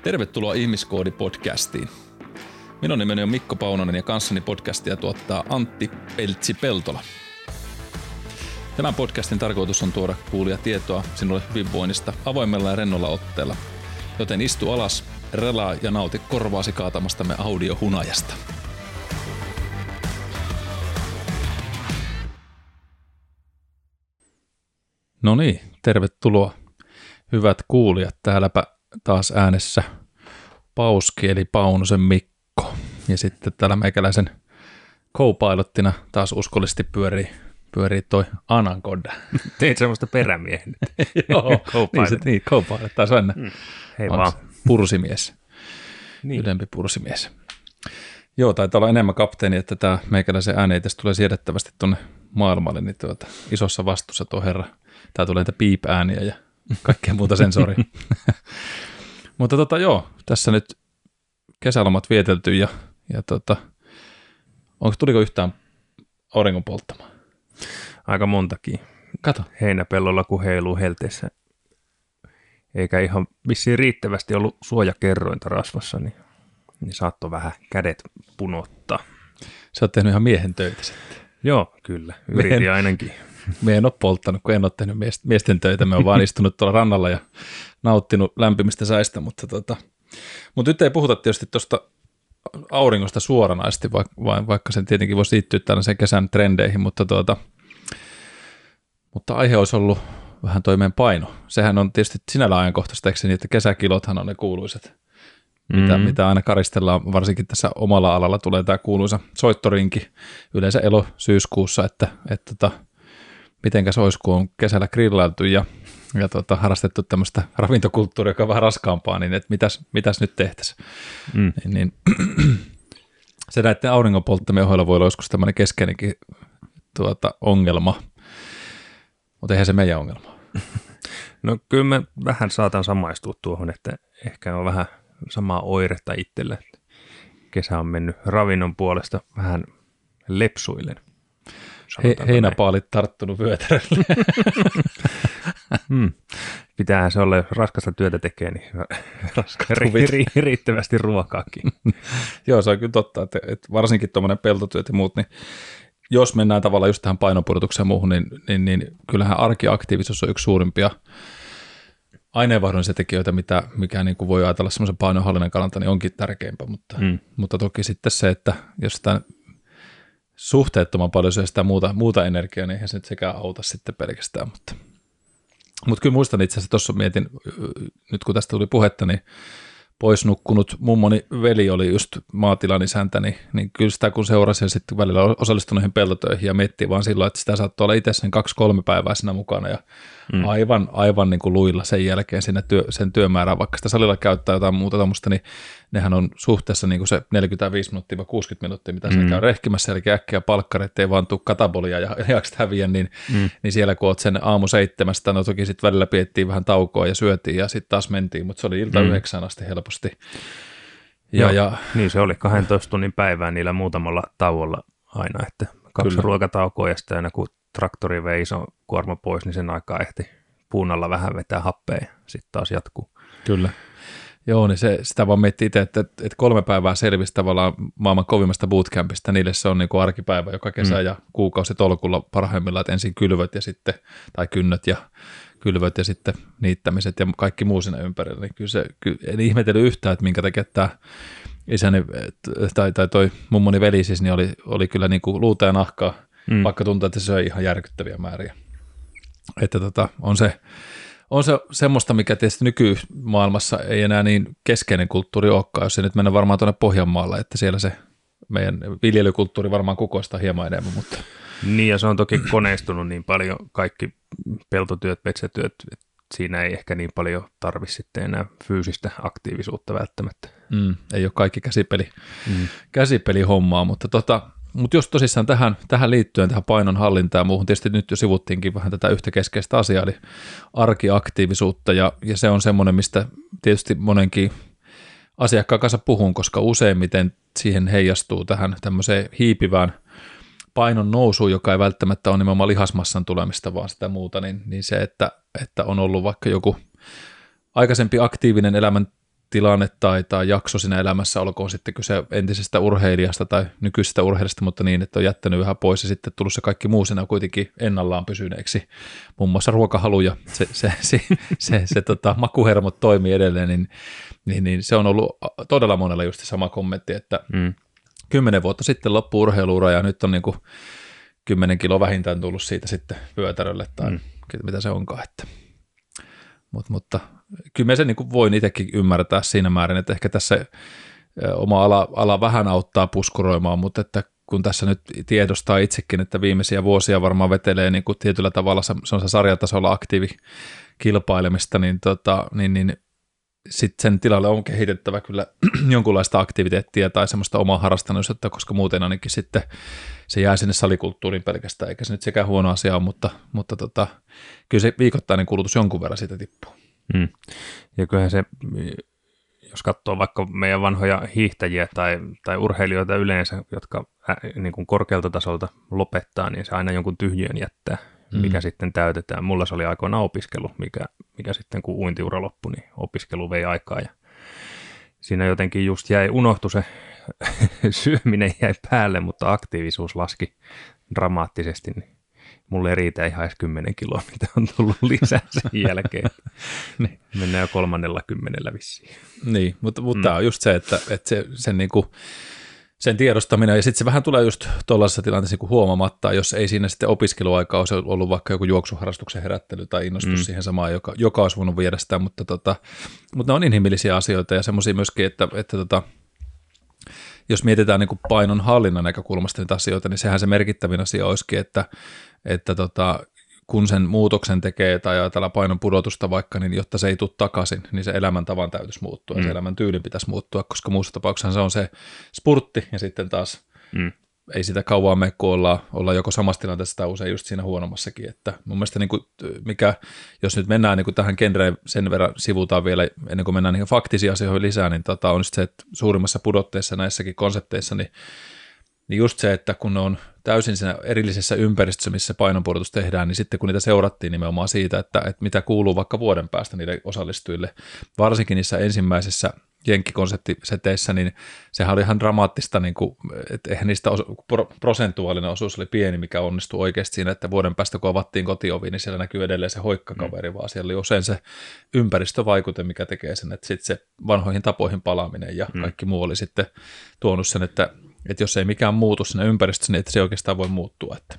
Tervetuloa Ihmiskoodi-podcastiin. Minun nimeni on Mikko Paunonen ja kanssani podcastia tuottaa Antti Peltsi-Peltola. Tämän podcastin tarkoitus on tuoda kuulia tietoa sinulle hyvinvoinnista avoimella ja rennolla otteella. Joten istu alas, relaa ja nauti korvaasi kaatamastamme audiohunajasta. No niin, tervetuloa hyvät kuulijat. Täälläpä taas äänessä Pauski eli Paunosen Mikko. Ja sitten täällä meikäläisen co-pilottina taas uskollisesti pyörii toi Anaconda. Teit semmoista perämiehen. Joo, co-pilot taas aina. Hei vaan. Pursimies, Niin. ylempi pursimies. Joo, taitaa olla enemmän kapteeni, että tämä meikäläisen ääni ei tästä tule siedettävästi tuonne maailmalle, niin isossa vastuussa tuo herra. Tää tulee näitä piip-ääniä ja kaikkea muuta sensoria. Mutta joo, tässä nyt kesälomat vietelty ja tuliko yhtään auringon polttamaan? Aika montakin. Kato. Heinäpellolla kun heiluu helteessä. Eikä ihan vissiin riittävästi ollut suojakerrointa rasvassa, niin saattoi vähän kädet punottaa. Sä oot tehnyt ihan miehen töitä sitten. Joo, kyllä. Yritin ainakin. Me en ole polttanut, kun en ole tehnyt miesten töitä. Me on vaan istunut tuolla rannalla ja nauttinut lämpimistä säistä, mutta nyt ei puhuta tietysti tuosta auringosta suoranaisesti, vaikka sen tietenkin voisi liittyä tällaiseen kesän trendeihin, mutta aihe olisi ollut vähän toi meidän paino. Sehän on tietysti sinällä ajankohtaista, eikö se niin, että kesäkilothan on ne kuuluisat, mitä aina karistellaan, varsinkin tässä omalla alalla tulee tämä kuuluisa soittorinki, yleensä syyskuussa, että mitenkäs olisi, kun on kesällä grillailtu ja harrastettu tämmöistä ravintokulttuuria, joka on vähän raskaampaa, niin että mitäs nyt tehtäisiin. Niin, se näiden auringonpolttamien ohella voi olla joskus tämmöinen keskeinenkin ongelma, mutta eihän se meidän ongelma. No kyllä mä vähän saatan samaistua tuohon, että ehkä on vähän samaa oiretta itselle. Kesä on mennyt ravinnon puolesta vähän lepsuillen. Heinäpaalit tarttunut vyötärölle. Pitäähän se olla, jos raskasta työtä tekee, niin riittävästi ruokaakin. Joo, se on kyllä totta, että varsinkin tuommoinen peltotyöt ja muut, niin jos mennään tavallaan just tähän painonpudotukseen ja muuhun, niin kyllähän arkiaktiivisuus on yksi suurimpia aineenvaihdollisia tekijöitä, mikä niin kuin voi ajatella semmoisen painonhallinnan kannalta, niin onkin tärkeämpää, mutta toki sitten se, että jos sitä suhteettoman paljon syö sitä muuta energiaa, niin eihän se nyt sekään auta sitten pelkästään, mutta kyllä muistan itse asiassa, tuossa mietin, nyt kun tästä tuli puhetta, niin pois nukkunut mummoni veli oli just maatilan isäntä, niin kyllä sitä kun seurasi ja sitten välillä osallistui noihin peltotöihin ja miettii vaan silloin, että sitä saattoi olla itse sen 2-3 päivää siinä mukana ja aivan niin kuin luilla sen jälkeen siinä sen työmäärään, vaikka sitä salilla käyttää jotain muuta tämmöistä, niin nehän on suhteessa niin kuin se 45 minuuttia vai 60 minuuttia, mitä se käy rehkimässä, eli äkkiä palkkari, ettei vaan tule katabolia ja jakset häviä, niin siellä kun oot sen aamu 7, no toki sitten välillä piettiin vähän taukoa ja syötiin ja sitten taas mentiin, mutta se oli ilta 9 asti helposti. Niin se oli 12 tunnin päivää niillä muutamalla tauolla aina, että 2 ruokataukoa ja sitten aina kun traktori vei iso kuorma pois, niin sen aikaa ehti puun alla vähän vetää happea ja sitten taas jatkuu. Kyllä. Joo, niin sitä vaan miettii itse, että 3 päivää selvisi tavallaan maailman kovimmasta bootcampista. Niille se on niin kuin arkipäivä joka kesä ja kuukausi tolkulla parhaimmillaan, että ensin kylvöt ja sitten, tai kynnöt ja kylvöt ja sitten niittämiset ja kaikki muu siinä ympärillä. Niin kyllä en ihmetellyt yhtään, että minkä takia tämä isäni tai toi mummoni veli siis, niin oli kyllä niin kuin luuta ja nahkaa, vaikka tuntuu, että se söi ihan järkyttäviä määriä. Että on se semmoista, mikä tietysti nykymaailmassa ei enää niin keskeinen kulttuuri olekaan, jos se nyt mennään varmaan tuonne Pohjanmaalle, että siellä se meidän viljelykulttuuri varmaan kukoistaa hieman enemmän. Mutta. Niin ja se on toki koneistunut niin paljon, kaikki peltotyöt, metsätyöt, että siinä ei ehkä niin paljon tarvitse sitten enää fyysistä aktiivisuutta välttämättä. Ei ole kaikki käsipelihommaa, mutta jos tosissaan tähän liittyen, tähän painonhallintaan ja muuhun, tietysti nyt jo sivuttiinkin vähän tätä yhtä keskeistä asiaa, eli arkiaktiivisuutta, ja se on semmoinen, mistä tietysti monenkin asiakkaan kanssa puhun, koska useimmiten siihen heijastuu tähän tämmöiseen hiipivään painon nousuun, joka ei välttämättä ole nimenomaan lihasmassan tulemista, vaan sitä muuta, niin se, että on ollut vaikka joku aikaisempi aktiivinen tilanne tai jakso siinä elämässä, olkoon sitten kyse entisestä urheilijasta tai nykyisestä urheilijasta, mutta niin, että on jättänyt vähän pois ja sitten tullut se kaikki muu siinä kuitenkin ennallaan pysyneeksi. Muun muassa ruokahalu ja se makuhermot toimii edelleen, niin se on ollut todella monella just sama kommentti, että 10 vuotta sitten loppui urheiluura ja nyt on niin kuin 10 kiloa vähintään tullut siitä sitten vyötärölle tai mitä se onkaan. Että. Mutta kyllä me sen niin kuin voin itsekin ymmärtää siinä määrin, että ehkä tässä oma ala vähän auttaa puskuroimaan, mutta että kun tässä nyt tiedostaa itsekin, että viimeisiä vuosia varmaan vetelee niin kuin tietyllä tavalla se on se sarjatasolla aktiivikilpailemista, niin sitten sen tilalle on kehitettävä kyllä jonkunlaista aktiviteettia tai semmoista omaa harrastanuutta, koska muuten ainakin sitten se jää sinne salikulttuuriin pelkästään, eikä se nyt sekään huono asia ole, mutta kyllä se viikoittainen kulutus jonkun verran siitä tippuu. Ja kyllähän se, jos katsoo vaikka meidän vanhoja hiihtäjiä tai urheilijoita yleensä, jotka niin kuin korkealta tasolta lopettaa, niin se aina jonkun tyhjön jättää, mikä sitten täytetään. Mulla se oli aikoinaan opiskelu, mikä sitten kun uintiura loppui, niin opiskelu vei aikaa ja siinä jotenkin just unohtui se syöminen jäi päälle, mutta aktiivisuus laski dramaattisesti, niin mulle ei riitä ihan edes 10 kiloa, mitä on tullut lisää sen jälkeen. Mennään jo 30 vissiin. Niin, mutta tämä on just se, että sen niinku sen tiedostaminen, ja sitten se vähän tulee just tuollaisessa tilanteessa niin huomaamatta, jos ei siinä sitten opiskeluaikaa olisi ollut vaikka joku juoksuharrastuksen herättely tai innostus siihen samaan, joka olisi voinut viedä sitä, mutta ne on inhimillisiä asioita ja semmoisia myöskin, että jos mietitään niin kuin painon hallinnan näkökulmasta niitä asioita, niin sehän se merkittävin asia olisikin, että kun sen muutoksen tekee tai ajatellaan painon pudotusta vaikka, niin jotta se ei tule takaisin, niin se elämäntavan täytyisi muuttua ja se elämän tyylin pitäisi muuttua, koska muussa tapauksessa se on se spurtti ja sitten taas ei sitä kauan mene, kun ollaan joko samassa tilanteessa tai usein just siinä huonommassakin. Että mun mielestä niin kuin, jos nyt mennään niin kuin tähän genreen sen verran sivutaan vielä ennen kuin mennään niihin faktisiin asioihin lisää, niin on just se, että suurimmassa pudotteessa näissäkin konsepteissa, niin just se, että kun ne on täysin siinä erillisessä ympäristössä, missä painonpudotus tehdään, niin sitten kun niitä seurattiin nimenomaan siitä, että mitä kuuluu vaikka vuoden päästä niille osallistujille, varsinkin niissä ensimmäisissä jenkkikonseptiseteissä, niin sehän oli ihan dramaattista, niin kuin, että eihän niistä prosentuaalinen osuus oli pieni, mikä onnistui oikeasti siinä, että vuoden päästä kun avattiin kotiovi, niin siellä näkyy edelleen se hoikkakaveri, vaan siellä oli usein se ympäristövaikute, mikä tekee sen, että sitten se vanhoihin tapoihin palaaminen ja kaikki muu oli sitten tuonut sen, että jos ei mikään muutu siinä ympäristössä, niin että se oikeastaan voi muuttua. Että.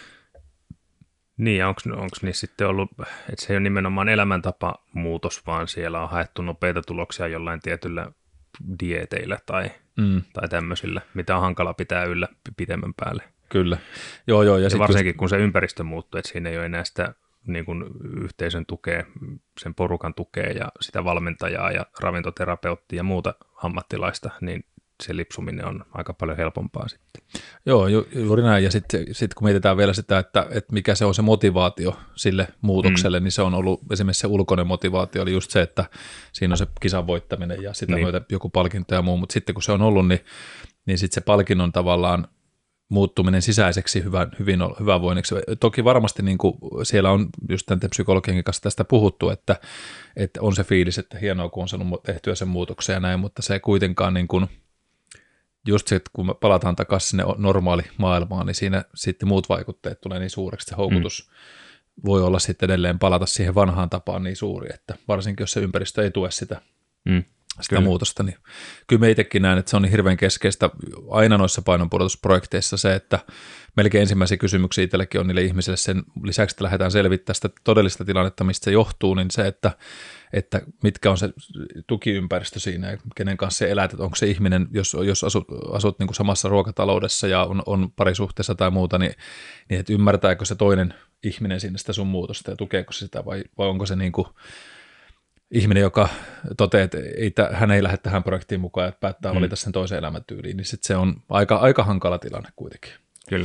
Niin, ja onko niissä sitten ollut, että se ei ole nimenomaan elämäntapamuutos, vaan siellä on haettu nopeita tuloksia jollain tietyllä dieeteillä tai tämmöisillä, mitä on hankala pitää yllä pitemmän päälle. Kyllä. Joo, ja varsinkin kun se ympäristö muuttuu, että siinä ei ole enää sitä niin kuin yhteisön tukea, sen porukan tukea ja sitä valmentajaa ja ravintoterapeuttia ja muuta ammattilaista, niin se lipsuminen on aika paljon helpompaa sitten. Joo, juuri näin. Ja sitten kun mietitään vielä sitä, että mikä se on se motivaatio sille muutokselle, niin se on ollut esimerkiksi se ulkoinen motivaatio, oli just se, että siinä on se kisan voittaminen ja sitä myötä joku palkinto ja muu, mutta sitten kun se on ollut, niin sitten se palkinnon tavallaan muuttuminen sisäiseksi hyvävoinniksi. Toki varmasti niin kuin siellä on just tämän psykologian kanssa tästä puhuttu, että on se fiilis, että hienoa, kun on saanut tehtyä sen muutoksen ja näin, mutta se kuitenkaan niin kuin just se, että kun me palataan takaisin sinne normaali maailmaan, niin siinä sitten muut vaikutteet tulee niin suureksi, se houkutus voi olla sitten edelleen palata siihen vanhaan tapaan niin suuri, että varsinkin jos se ympäristö ei tue sitä muutosta, niin kyllä me itsekin näen, että se on niin hirveän keskeistä aina noissa painonpudotusprojekteissa se, että melkein ensimmäisiä kysymyksiä itsellekin on niille ihmisille sen lisäksi, että lähdetään selvittämään sitä todellista tilannetta, mistä se johtuu, niin se, että mitkä on se tukiympäristö siinä ja kenen kanssa elät, että onko se ihminen, jos asut niin kuin samassa ruokataloudessa ja on parisuhteessa tai muuta, niin että ymmärtääkö se toinen ihminen siinä sitä sun muutosta ja tukeeko se sitä vai onko se niin kuin ihminen, joka toteaa, että hän ei lähde tähän projektiin mukaan ja päättää valita sen toisen elämäntyyliin, niin sitten se on aika hankala tilanne kuitenkin. Kyllä.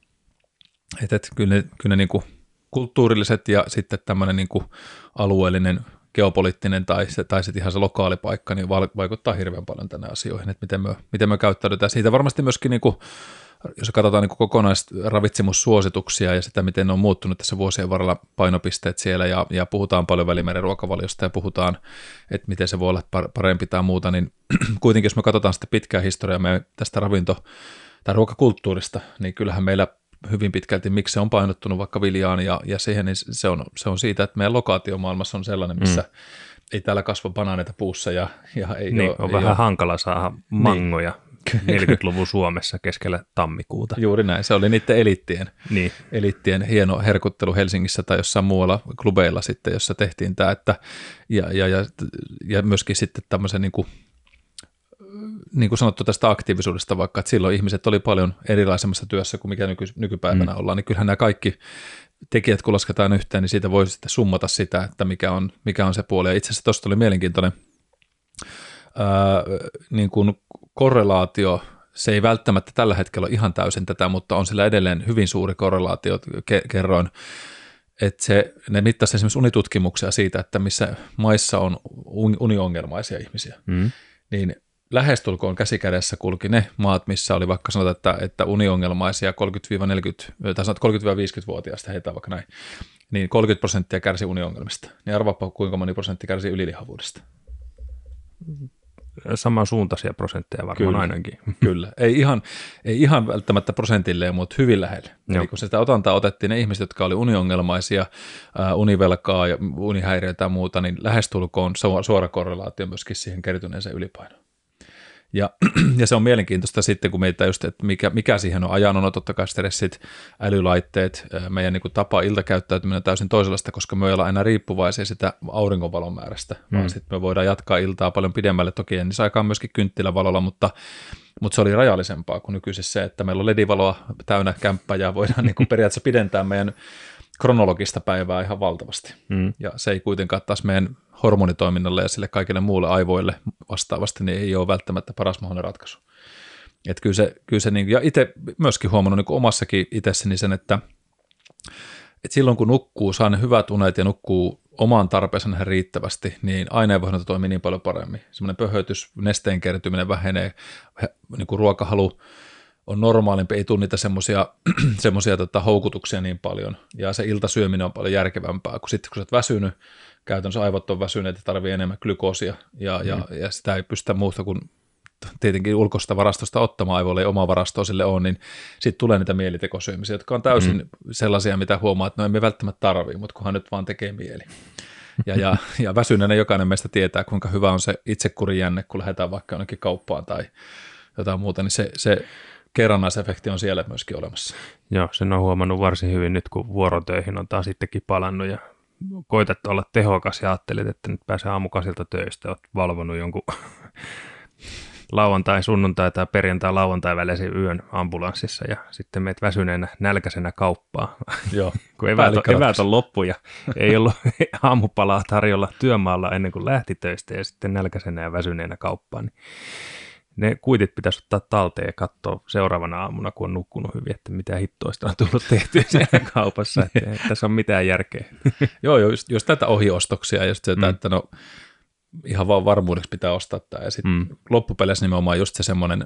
Kyllä ne niin kuin kulttuurilliset ja sitten tämmöinen niin kuin alueellinen, geopoliittinen tai sitten ihan se lokaali paikka, niin vaikuttaa hirveän paljon tänne asioihin, että miten me käyttäydytään. Siitä varmasti myöskin niin kuin jos katsotaan niin kokonaisravitsemussuosituksia ja sitä, miten ne on muuttunut tässä vuosien varrella painopisteet siellä ja puhutaan paljon Välimeren ruokavaliosta ja puhutaan, että miten se voi olla parempi tai muuta, niin kuitenkin jos me katsotaan sitä pitkää historiaa tästä tai ruokakulttuurista, niin kyllähän meillä hyvin pitkälti, miksi se on painottunut vaikka viljaan ja siihen, niin se on siitä, että meidän lokaatiomaailmassa on sellainen, missä ei täällä kasva banaaneita puussa ja ei niin, on vähän hankala saada mangoja 40-luvun Suomessa keskellä tammikuuta. Juuri näin, se oli niiden eliittien hieno herkuttelu Helsingissä tai jossain muualla klubeilla sitten, jossa tehtiin tämä, että ja myöskin sitten tämmöisen niin kuin sanottu tästä aktiivisuudesta vaikka, että silloin ihmiset oli paljon erilaisemmassa työssä kuin mikä nykypäivänä ollaan, niin kyllähän nämä kaikki tekijät, kun lasketaan yhteen, niin siitä voi sitten summata sitä, että mikä on se puoli. Ja itse asiassa tuosta oli mielenkiintoinen niin kuin korrelaatio, se ei välttämättä tällä hetkellä ole ihan täysin tätä, mutta on sillä edelleen hyvin suuri korrelaatio, kerroin, että ne mittasi esimerkiksi unitutkimuksia siitä, että missä maissa on uniongelmaisia ihmisiä, niin lähestulkoon käsikädessä kulki ne maat, missä oli vaikka sanotaan, että uniongelmaisia 30-50-vuotiaista, heitä vaikka näin, niin 30% kärsi uniongelmista. Niin arvaappa, kuinka moni prosentti kärsi ylilihavuudesta. Samansuuntaisia prosentteja varmaan kyllä, ainakin. Kyllä, ei ihan välttämättä prosentilleen, mutta hyvin lähelle. Eli kun sitä otantaa otettiin ne ihmiset, jotka oli uniongelmaisia, univelkaa ja unihäiriöitä ja muuta, niin lähestulkoon suora korrelaatio myöskin siihen kertyneeseen ylipainoon. Ja se on mielenkiintoista sitten, kun meitä just, että mikä siihen on ajanut, on totta kai stressit, älylaitteet, meidän niin kuin tapa iltakäyttäytyminen on täysin toisenlaista, koska me ollaan aina riippuvaisia sitä auringonvalon määrästä, vaan sitten me voidaan jatkaa iltaa paljon pidemmälle, toki en niissä aikaan myöskin kynttilävalolla, mutta se oli rajallisempaa kuin nykyisessä se, että meillä on ledivaloa täynnä kämppä ja voidaan niin kuin periaatteessa pidentää meidän kronologista päivää ihan valtavasti. Ja se ei kuitenkaan taas meidän hormonitoiminnalle ja sille kaikille muulle aivoille vastaavasti, niin ei ole välttämättä paras mahdollinen ratkaisu. Että kyllä se niin, ja itse myöskin huomannut niin kuin omassakin itsessäni sen, että silloin kun nukkuu, saa ne hyvät unet ja nukkuu omaan tarpeeseen riittävästi, niin aineenvaihdunta toimii niin paljon paremmin. Semmoinen pöhötys, nesteen kertyminen vähenee, niin kuin ruokahalu on normaalimpi, ei tule niitä semmoisia houkutuksia niin paljon, ja se iltasyöminen on paljon järkevämpää, kun sitten kun sä oot väsynyt, käytännössä aivot on väsyneet ja tarvii enemmän glykoosia, ja sitä ei pystytä muuta kuin tietenkin ulkoista varastosta ottamaan, aivoille ei omaa varastoa sille on, niin sitten tulee niitä mielitekosyömisiä, jotka on täysin sellaisia, mitä huomaa, että no emme välttämättä tarvii, mutta kunhan nyt vaan tekee mieli. Ja väsyneenä jokainen meistä tietää, kuinka hyvä on se itsekurijänne, kun lähdetään vaikka jonnekin kauppaan tai jotain muuta, niin se kerrannaisefekti on siellä myöskin olemassa. Joo, sen on huomannut varsin hyvin nyt, kun vuorotöihin on taas sittenkin palannut ja koitat olla tehokas ja ajattelet, että nyt pääsee aamukaisilta töistä, olet valvonut jonkun lauantai, sunnuntai tai perjantai, lauantai välisen yön ambulanssissa ja sitten meet väsyneenä, nälkäisenä kauppaan. Joo, kun eväät on loppu ja ei ollut aamupalaa tarjolla työmaalla ennen kuin lähti töistä ja sitten nälkäisenä ja väsyneenä kauppaan. Niin ne kuitit pitäisi ottaa talteen ja katsoa seuraavana aamuna, kun on nukkunut hyvin, että mitä hittoista on tullut tehtyä siellä kaupassa, että ei tässä ole mitään järkeä. Joo, jos tätä ohiostoksia ja sitten että no ihan vaan varmuudeksi pitää ostaa tämä. Ja sitten loppupeleissä nimenomaan just se semmoinen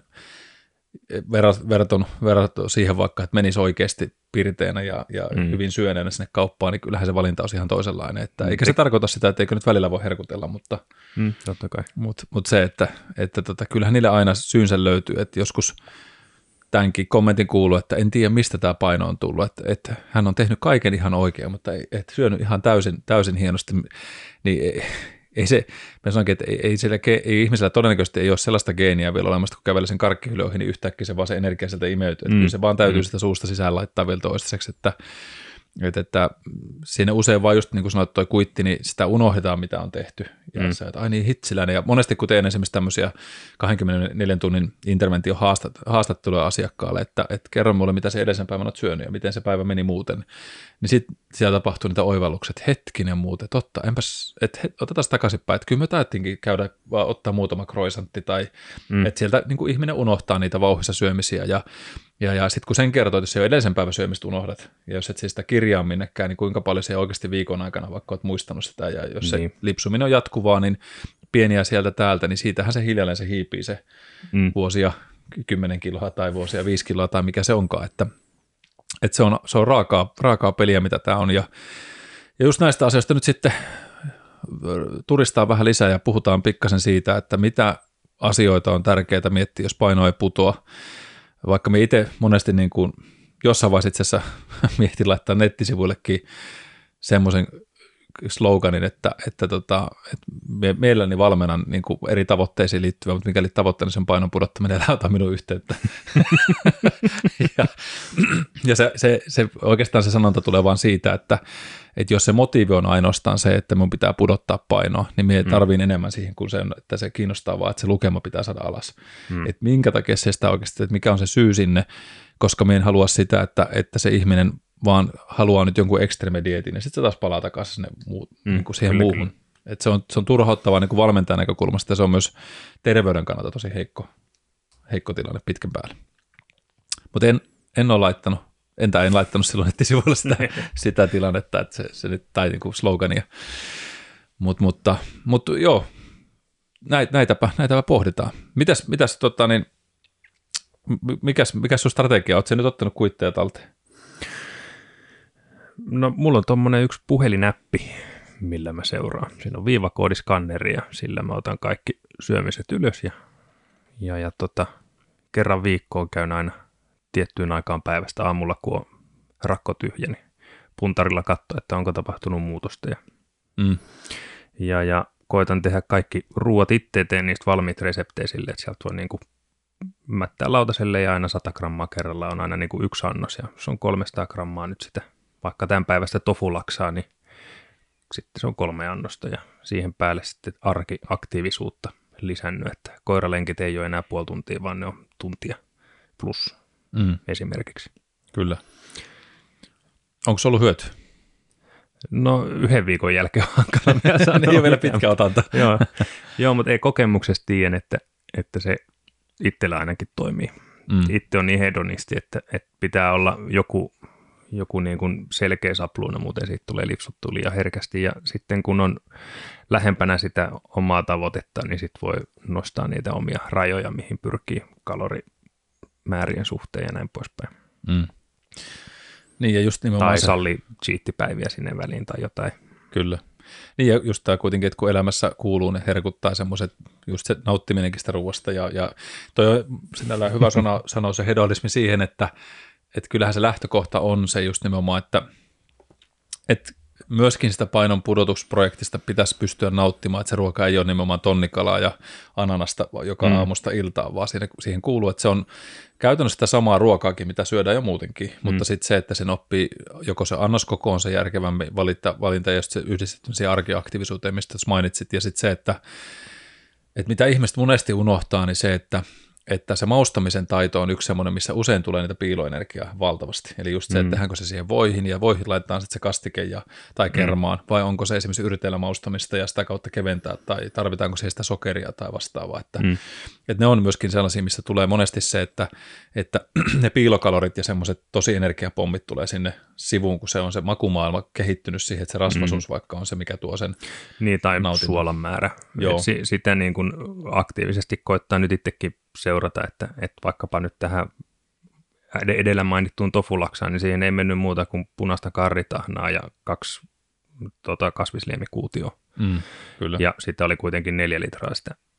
verrattuna siihen vaikka, että menisi oikeasti pirteänä ja hyvin syöneenä sinne kauppaan, niin kyllähän se valinta on ihan toisenlainen. Että, eikä se tarkoita sitä, että eikö nyt välillä voi herkutella, mutta totta kai. Mutta se, että kyllähän niille aina syynsä löytyy, että joskus tämänkin kommentin kuuluu, että en tiedä mistä tämä paino on tullut, että hän on tehnyt kaiken ihan oikein, mutta ei syönyt ihan täysin hienosti, niin ei se, mä sanonkin, että ei ihmisellä todennäköisesti ei ole sellaista geeniä vielä olemassa, kun kävelee sen karkkihylly ohi, niin yhtäkkiä se vaan se energia sieltä imeytyy. Kyllä se vaan täytyy sitä suusta sisään laittaa vielä toistaiseksi, että siinä usein vaan just niin kuin sanoit toi kuitti, niin sitä unohdetaan, mitä on tehty. Ja sä, että ai niin hitsiläinen. Ja monesti kun teen esimerkiksi tämmöisiä 24 tunnin interventio haastatteluja asiakkaalle, että kerro mulle, mitä se edellisen päivän olet syönyt ja miten se päivä meni muuten, niin sitten siellä tapahtuu niitä oivalluksia, että hetkinen muuten, totta, otetaan takaisinpäin, että kyllä me taidettiinkin käydä vaan ottaa muutama croissantti tai että sieltä niin kuin ihminen unohtaa niitä vauhdissa syömisiä ja sitten kun sen kertoo, että se jo edellisen päivän syömistä unohdat, ja jos et siis sitä kirjaa minnekään, niin kuinka paljon se oikeasti viikon aikana vaikka olet muistanut sitä, ja jos se lipsuminen on jatkuvaa, niin pieniä sieltä täältä, niin siitähän se hiljalleen se hiipii se vuosia 10 kiloa tai vuosia 5 kiloa tai mikä se onkaan, että se on raakaa peliä, mitä tämä on. Ja just näistä asioista nyt sitten turistaa vähän lisää ja puhutaan pikkasen siitä, että mitä asioita on tärkeää miettiä, jos paino ei putoa. Vaikka me itse monesti niin kuin jossain vaiheessa itse asiassa mietin laittaa nettisivuillekin semmoisen sloganin, että mielelläni valmennan niin kuin eri tavoitteisiin liittyvä, mutta mikäli tavoitteena sen painon pudottaminen, älä ota minun yhteyttä. ja se oikeastaan se sanonta tulee vaan siitä, että jos se motiivi on ainoastaan se, että mun pitää pudottaa painoa, niin minä tarviin enemmän siihen kuin se, että se kiinnostaa vaan, että se lukema pitää saada alas. Että minkä takia se sitä oikeasti, että mikä on se syy sinne, koska minä en halua sitä, että se ihminen vaan haluaa nyt jonkun ekstremedietin ja sitten se taas palaa takaisin sinne niin kuin siihen muuhun. Että se on turhauttavaa niin kuin valmentajan näkökulmasta ja se on myös terveyden kannalta tosi heikko tilanne pitkän päälle. Mutta en laittanut silloin nettisivuilla sitä tilannetta, että se nyt, tai niin kuin slogania. Mutta joo, näitäpä pohditaan. Mikäs sun strategia? Oletko sä nyt ottanut kuitteja talteen? No mulla on tommonen yksi puhelinäppi, millä mä seuraan. Siinä on viivakoodiskanneri ja sillä mä otan kaikki syömiset ylös ja kerran viikkoon käyn aina tiettyyn aikaan päivästä aamulla, kun on rakko tyhjä, niin puntarilla katsoa, että onko tapahtunut muutosta. Ja koitan tehdä kaikki ruoat itse, teen niistä valmiit reseptejä sille, että sieltä voi niinku mättää lautaselle ja aina 100 grammaa kerralla on aina niinku yksi annos ja se on 300 grammaa nyt sitä, vaikka tämän päivästä tofulaksaa, niin sitten se on 3 annosta ja siihen päälle sitten arkiaktiivisuutta lisännyt, että koiralenkit ei ole enää puoli tuntia, vaan ne on tuntia plus esimerkiksi. Kyllä. Onko se ollut hyötyä? No 1 viikon jälkeen on hankala. Niin ei ole vielä pitkä otanta. Joo, mutta ei kokemuksesta tiedä, että se itsellä ainakin toimii. Itse on niin hedonisti, että pitää olla joku niin kuin selkeä sapluuna, muuten siitä tulee lipsuttua liian herkästi. Ja sitten kun on lähempänä sitä omaa tavoitetta, niin sitten voi nostaa niitä omia rajoja, mihin pyrkii kalorimäärien suhteen ja näin poispäin. Niin ja just nimenomaan tai salli cheat-päiviä sinne väliin tai jotain. Kyllä. Niin ja just tämä kuitenkin, että kun elämässä kuuluu ne herkuttaa semmoiset, just se nauttiminenkin sitä ruoasta ja toi on sinällään hyvä sanoa se hedonismi siihen, että kyllähän se lähtökohta on se just nimenomaan, että myöskin sitä painon pudotusprojektista pitäisi pystyä nauttimaan, että se ruoka ei ole nimenomaan tonnikalaa ja ananasta joka aamusta iltaan, vaan siihen kuuluu, että se on käytännössä sitä samaa ruokaakin, mitä syödään jo muutenkin, mutta sitten se, että sen oppii joko se annoskoko on se järkevämpi valinta ja sitten se yhdistetty arkiaktiivisuuteen, mistä mainitsit, ja sitten se, että mitä ihmiset monesti unohtaa, niin se, että se maustamisen taito on yksi semmoinen, missä usein tulee niitä piiloenergiaa valtavasti. Eli just se, että tehdäänkö se siihen voihin ja voihin laitetaan sitten se kastike tai kermaan, vai onko se esimerkiksi yriteellä maustamista ja sitä kautta keventää, tai tarvitaanko siihen sitä sokeria tai vastaavaa. Että ne on myöskin sellaisia, missä tulee monesti se, että ne piilokalorit ja semmoiset tosi energiapommit tulee sinne sivuun, kun se on se makumaailma kehittynyt siihen, että se rasvasuus vaikka on se, mikä tuo sen niin, tai suolan määrä. Sitä niin kuin aktiivisesti koittaa nyt itsekin seurata, että vaikkapa nyt tähän edellä mainittuun tofulaksaan, niin siihen ei mennyt muuta kuin punaista karritahnaa ja 2 kasvisliemikuutioa. Kyllä. Ja sitä oli kuitenkin 4 litraa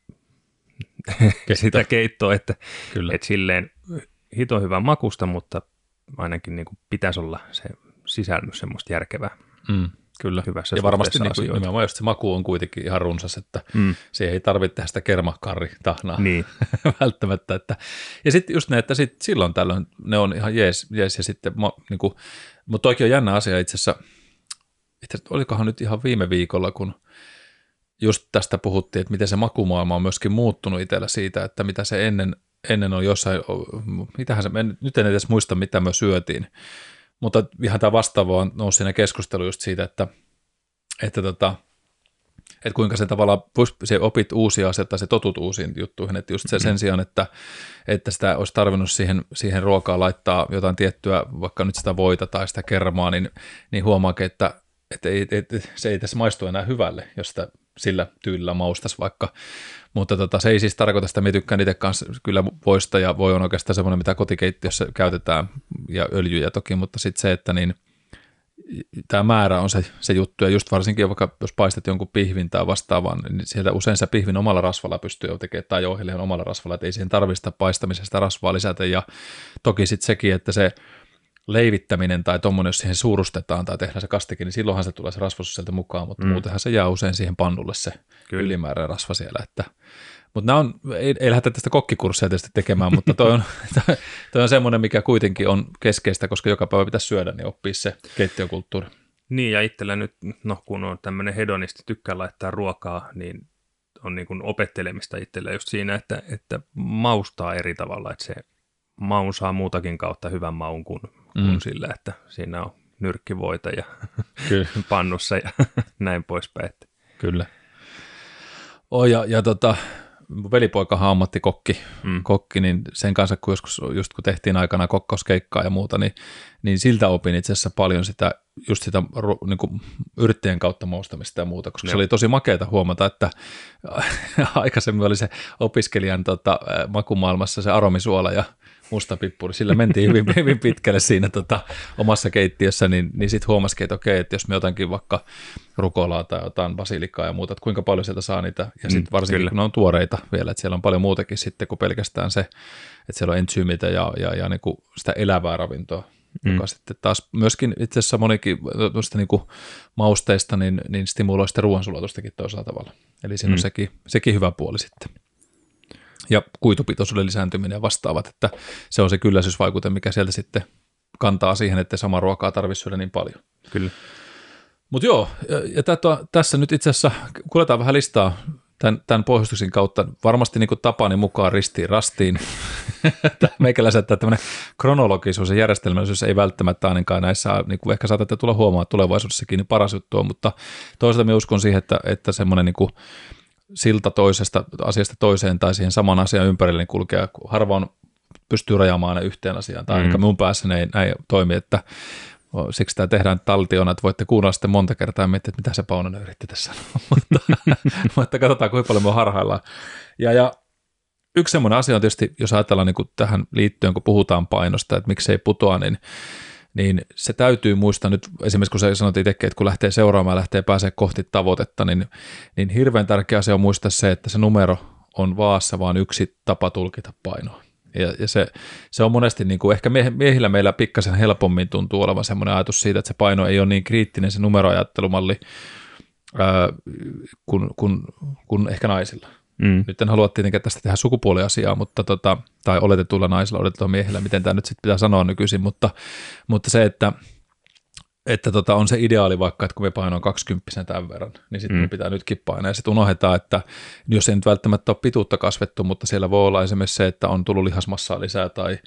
sitä keittoa, että silleen hito hyvän makusta, mutta ainakin niin kuin pitäisi olla se sisälmys semmoista järkevää. Kyllä, hyvässä ja varmasti niin nimenomaan just se maku on kuitenkin ihan runsas, että siihen ei tarvitse tehdä sitä kermakarritahnaa välttämättä. Ja sitten just ne, että silloin tällöin ne on ihan jees ja sitten niin kuin, mutta toikin on jännä asia itse asiassa, olikohan nyt ihan viime viikolla, kun just tästä puhuttiin, että miten se makumaailma on myöskin muuttunut itsellä siitä, että mitä se ennen on jossain, nyt en edes muista mitä me syötiin, mutta ihan tämä vastaava on noussut siinä keskustelu just siitä, että kuinka se tavallaan se opit uusia asioita tai se totut uusiin juttuihin, että just se sen sijaan, että sitä olisi tarvinnut siihen ruokaan laittaa jotain tiettyä, vaikka nyt sitä voita tai sitä kermaa, niin huomaakin, että se ei tässä maistu enää hyvälle, jos sitä sillä tyylillä maustaisi vaikka. Mutta se ei siis tarkoita sitä, minä tykkään itse kanssa kyllä voista ja voi on oikeastaan semmoinen, mitä kotikeittiössä käytetään ja öljyjä toki, mutta sitten se, että niin tämä määrä on se juttu ja just varsinkin vaikka jos paistat jonkun pihvin tai vastaavan, niin sieltä usein se pihvin omalla rasvalla pystyy jo tekemään tai jauhelihan omalla rasvalla, että ei siihen tarvista paistamisesta rasvaa lisätä ja toki sitten sekin, että se leivittäminen tai tuommoinen, jos siihen suurustetaan tai tehdään se kastikin, niin silloinhan se tulee se rasvaisuus sieltä mukaan, mutta muutenhan se jää usein siihen pannulle se ylimääräinen rasva siellä. Mutta ei lähdetä tästä kokkikurssia tietysti tekemään, mutta toi on semmoinen, mikä kuitenkin on keskeistä, koska joka päivä pitäisi syödä, niin oppii se keittiökulttuuri. Niin ja itsellä nyt, kun on tämmöinen hedonisti, tykkää laittaa ruokaa, niin on niin kuin opettelemista itsellä just siinä, että maustaa eri tavalla, että se maun saa muutakin kautta hyvän maun kuin sillä, että siinä on nyrkkivoita ja pannussa ja näin poispäin. Kyllä. Velipoikahan on ammattikokki, niin sen kanssa, kun joskus just kun tehtiin aikana kokkauskeikkaa ja muuta, niin siltä opin itse asiassa paljon sitä niin kuin yrttien kautta maustamista ja muuta, koska se oli tosi makeata huomata, että aikaisemmin oli se opiskelijan makumaailmassa se aromisuola ja musta pippuri, sillä mentiin hyvin pitkälle siinä omassa keittiössä, niin sitten huomasikin, että okei, että jos me otankin vaikka rukolaa tai otan basilikaa ja muuta, että kuinka paljon sieltä saa niitä, ja sitten varsinkin kun ne on tuoreita vielä, että siellä on paljon muutakin sitten kuin pelkästään se, että siellä on entsyymitä ja niin kuin sitä elävää ravintoa, joka sitten taas myöskin itse asiassa monikin tuosta niin kuin mausteista niin stimuloi sitä ruoansulatustakin toisella tavalla, eli siinä on sekin hyvä puoli sitten. Ja kuitupitoisuuden lisääntyminen ja vastaavat, että se on se kylläisyysvaikute, mikä sieltä sitten kantaa siihen, että samaa ruokaa tarvitse syödä niin paljon. Kyllä. Mutta joo, ja tässä nyt itse asiassa kuljetaan vähän listaa tämän pohjustuksen kautta, varmasti niin kuin tapani mukaan ristiin rastiin. Meikäläisen, että tämmöinen kronologisuus ja järjestelmällisyys ei välttämättä ainakaan näissä, niin kuin ehkä saatatte tulla huomaamaan tulevaisuudessakin, niin paras juttu on, mutta toisaalta minä uskon siihen, että semmoinen niin kuin silta toisesta asiasta toiseen tai siihen saman asian ympärille niin kulkea, harvoin pystyy rajaamaan ne yhteen asiaan, tai ainakaan minun päässä näin toimi, että siksi tämä tehdään taltiona, että voitte kuunnella sitten monta kertaa ja miettiä, että mitä se Paunonen yritti tässä sanoa, mutta katsotaan, kuinka paljon me harhaillaan. Ja yksi semmoinen asia on tietysti, jos ajatellaan niin kuin tähän liittyen, kun puhutaan painosta, että miksei putoa, niin se täytyy muistaa nyt, esimerkiksi kun sä sanot itsekin, että kun lähtee seuraamaan, lähtee pääsemään kohti tavoitetta, niin hirveän tärkeä asia on muistaa se, että se numero on vaassa vaan yksi tapa tulkita painoa. Ja se on monesti, niin kuin ehkä miehillä meillä pikkasen helpommin tuntuu olevan semmoinen ajatus siitä, että se paino ei ole niin kriittinen se numeroajattelumalli kuin ehkä naisilla. Nyt en halua tietenkään tästä tehdä sukupuoliasiaa, mutta tai oletetulla naisilla, oletetulla miehillä, miten tämä nyt sitten pitää sanoa nykyisin, mutta se, että on se ideaali vaikka, että kun me painoin 20 tämän verran, niin sitten me pitää nytkin painaa. Ja sitten unohdetaan, että jos ei nyt välttämättä ole pituutta kasvettu, mutta siellä voi olla esimerkiksi se, että on tullut lihasmassaa lisää tai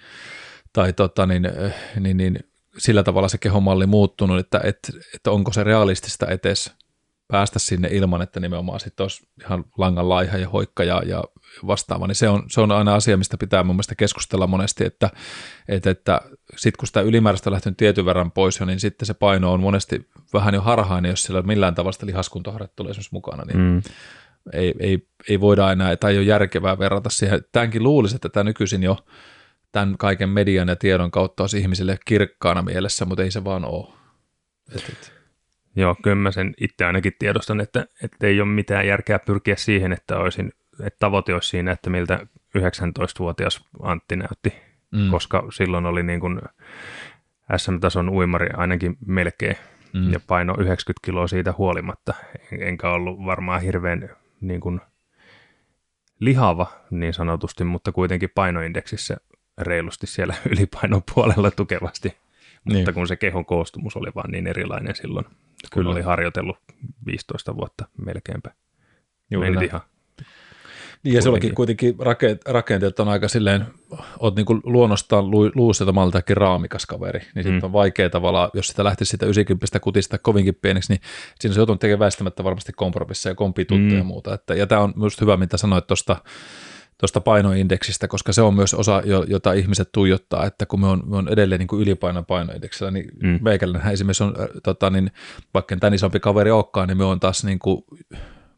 sillä tavalla se kehonmalli muuttunut, että onko se realistista edes päästä sinne ilman, että nimenomaan sitten olisi ihan langan laiha ja hoikka ja vastaava, niin se on aina asia, mistä pitää mun mielestä keskustella monesti, että sitten kun sitä ylimääräistä on lähtenyt tietyn verran pois jo, niin sitten se paino on monesti vähän jo harhainen, jos siellä millään tavalla sitä lihaskuntoharjoittelua esimerkiksi mukana, niin ei voida enää, tai ei ole järkevää verrata siihen. Tämänkin luulisi, että tämä nykyisin jo tämän kaiken median ja tiedon kautta olisi ihmisille kirkkaana mielessä, mutta ei se vaan ole. Joo, kyllä mä sen itse ainakin tiedostan, että ei ole mitään järkeä pyrkiä siihen, että tavoite olisi siinä, että miltä 19-vuotias Antti näytti, koska silloin oli niin kuin SM-tason uimari ainakin melkein ja paino 90 kiloa siitä huolimatta, enkä ollut varmaan hirveän niin kuin lihava niin sanotusti, mutta kuitenkin painoindeksissä reilusti siellä ylipainon puolella tukevasti. Mutta kun se kehon koostumus oli vaan niin erilainen silloin, kun oli harjoitellut 15 vuotta melkeinpä. Menit ihan. Niin ja sullakin kuitenkin rakenteet on aika silleen, oot niin kuin luonnostaan luusetammaltakin raamikas kaveri, niin sitten on vaikea tavallaan, jos sitä lähtisi sitä 90 kutista kovinkin pieneksi, niin siinä se joutunut tekemään väistämättä varmasti kompromisseja ja kompituttuja ja muuta. Ja tämä on myös hyvä, mitä sanoit tuosta painoindeksistä, koska se on myös osa, jota ihmiset tuijottaa, että kun me on edelleen niin kuin ylipainon painoindeksillä, niin meikäläinen esimerkiksi on, niin, vaikka tämän isompi kaveri olekaan, niin me on taas niin kuin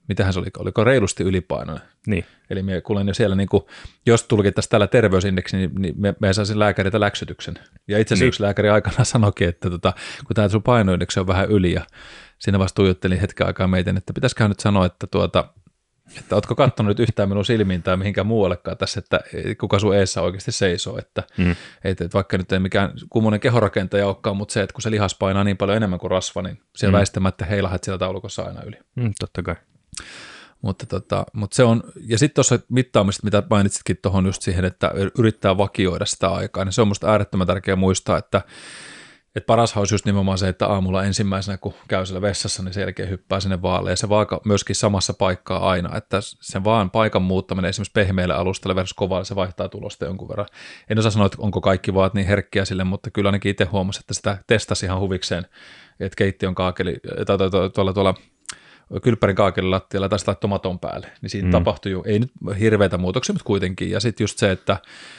mitähän se oliko reilusti ylipainoinen. Niin. Eli me kuulen jo siellä, niin kuin, jos tulkittaisiin tällä terveysindeksi, niin me saisin lääkäriltä läksytyksen. Ja itse asiassa yksi lääkäri aikana sanoikin, että kun tämä sun painoindeksi on vähän yli, ja siinä vasta tuijottelin hetken aikaa meitä, että pitäisiköhän nyt sanoa, että ootko katsonut nyt yhtään minun silmiin tai mihinkään muuallekaan tässä, että kuka sun eessä oikeasti seisoo, että vaikka nyt ei mikään kummonen kehorakentaja olekaan, mutta se, että kun se lihas painaa niin paljon enemmän kuin rasva, niin siellä väistämättä heilahat siellä taulukossa aina yli. Totta kai. Mutta se on, ja sitten tuossa mittaamista, mitä mainitsitkin tuohon just siihen, että yrittää vakioida sitä aikaa, niin se on musta äärettömän tärkeää muistaa, että paras olisi just nimenomaan se, että aamulla ensimmäisenä, kun käy siellä vessassa, niin sen jälkeen hyppää sinne vaalle, ja se vaaka myöskin samassa paikkaa aina, että sen vaan paikan muuttaminen esimerkiksi pehmeälle alustalle versus kovalle, se vaihtaa tulosta jonkun verran. En osaa sanoa, että onko kaikki vaat niin herkkiä sille, mutta kyllä ainakin itse huomasi, että sitä testasi ihan huvikseen, että keittiön kaakeli, tai tuolla kylppärin kaakelin lattialla tai sitä tomaton päälle, niin siinä tapahtui jo, ei nyt hirveitä muutoksia, mutta kuitenkin, ja sitten just se, että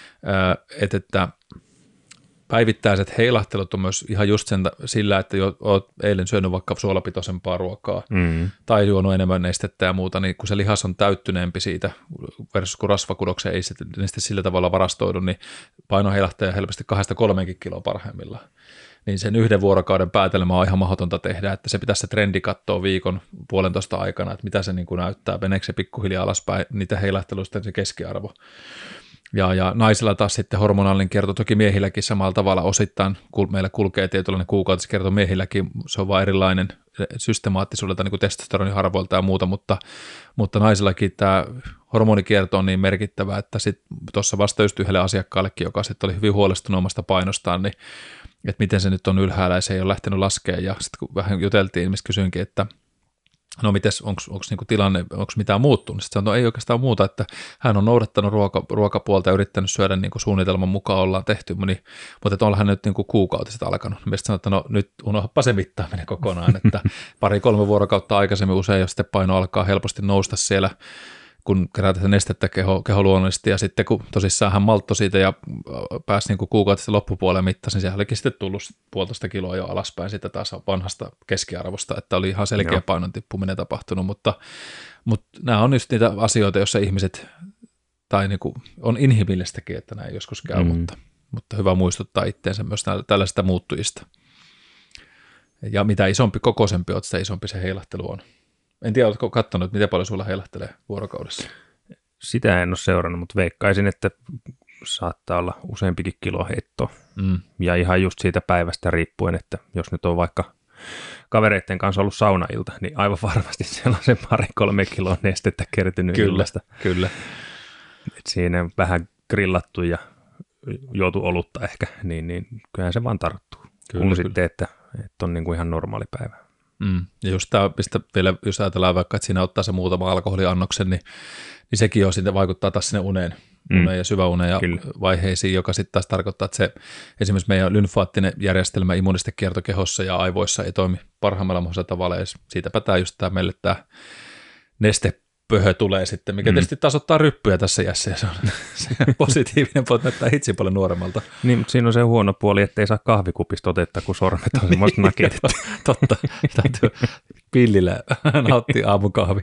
päivittäiset heilahtelut on myös ihan just sillä, että olet eilen syönyt vaikka suolapitoisempaa ruokaa tai juonut enemmän nestettä ja muuta, niin kun se lihas on täyttyneempi siitä versus kun rasvakudokseen ei sitten sillä tavalla varastoidu, niin paino heilahtaa helposti 2-3 kiloa parhaimmillaan. Niin sen 1 vuorokauden päätelmä on ihan mahdotonta tehdä, että se pitäisi se trendi katsoa viikon 1,5 aikana, että mitä se niin kuin näyttää, meneekö se pikkuhiljaa alaspäin, niitä heilahteluista se keskiarvo. Ja naisilla taas sitten hormonaalinen kierto, toki miehilläkin samalla tavalla osittain, meillä kulkee tietynlainen kuukautiskierto miehilläkin, se on vaan erilainen systemaattisuudelta niin kuin testosteroniharvoilta ja muuta, mutta naisillakin tämä hormonikierto on niin merkittävä, että sitten tuossa vasta just yhdelle asiakkaallekin, joka sitten oli hyvin huolestunut omasta painostaan, niin että miten se nyt on ylhäällä ja se ei ole lähtenyt laskemaan, ja sitten kun vähän juteltiin, mistä kysyinkin, että no mites, onko niinku tilanne, onko mitään muuttunut? Sitten sanoi, no ei oikeastaan muuta, että hän on noudattanut ruokapuolta ja yrittänyt syödä niinku suunnitelman mukaan ollaan tehty, mutta että onhan nyt niinku kuukautiset alkanut. Mielestäni sanoi, että no nyt unohdapa se mittaaminen kokonaan, että 2-3 vuorokautta aikaisemmin usein jo sitten paino alkaa helposti nousta siellä, kun kerätään nestettä keho luonnollisesti, ja sitten kun tosissaan hän malttoi siitä ja pääsi niin kuukautista loppupuoleen mittasi, niin sehän olikin sitten tullut 1,5 kiloa jo alaspäin sitä taas vanhasta keskiarvosta, että oli ihan selkeä painon tippuminen tapahtunut, mutta nämä on just niitä asioita, joissa ihmiset, tai niin kuin on inhimillistäkin, että näin joskus käy, mutta hyvä muistuttaa itteensä myös tällaisista muuttujista. Ja mitä isompi kokoisempi olet, sitä isompi se heilahtelu on. En tiedä, oletko katsonut, miten paljon sulla heilahtelee vuorokaudessa? Sitä en ole seurannut, mutta veikkaisin, että saattaa olla useampikin kilo heittoa. Ja ihan just siitä päivästä riippuen, että jos nyt on vaikka kavereiden kanssa ollut saunailta, niin aivan varmasti siellä on se 2-3 kiloa nestettä kertynyt illasta. Kyllä. Et siinä vähän grillattu ja juotu olutta ehkä, niin kyllähän se vaan tarttuu. Kun sitten, että on niin kuin ihan normaali päivä. Ja just tämä, mistä vielä, jos ajatellaan vaikka, että siinä ottaa se muutama alkoholiannoksen, niin sekin jo sitten vaikuttaa taas sinne uneen ja syväuneen ja vaiheisiin, joka sitten taas tarkoittaa, että se esimerkiksi meidän lymfaattinen järjestelmä, immunistekierto kehossa ja aivoissa ei toimi parhaimmalla mahdollisella tavalla, ja siitäpä tämä just meille tämä nestepöhö tulee sitten, mikä tietysti taas ottaa ryppyjä tässä iässä, ja se on positiivinen puoli, näyttää hitsin paljon nuoremmalta. Niin, mutta siinä on se huono puoli, ettei saa kahvikupista otetta, kun sormet on semmoista naketit. Totta, täytyy pillillä nauttia aamukahvi.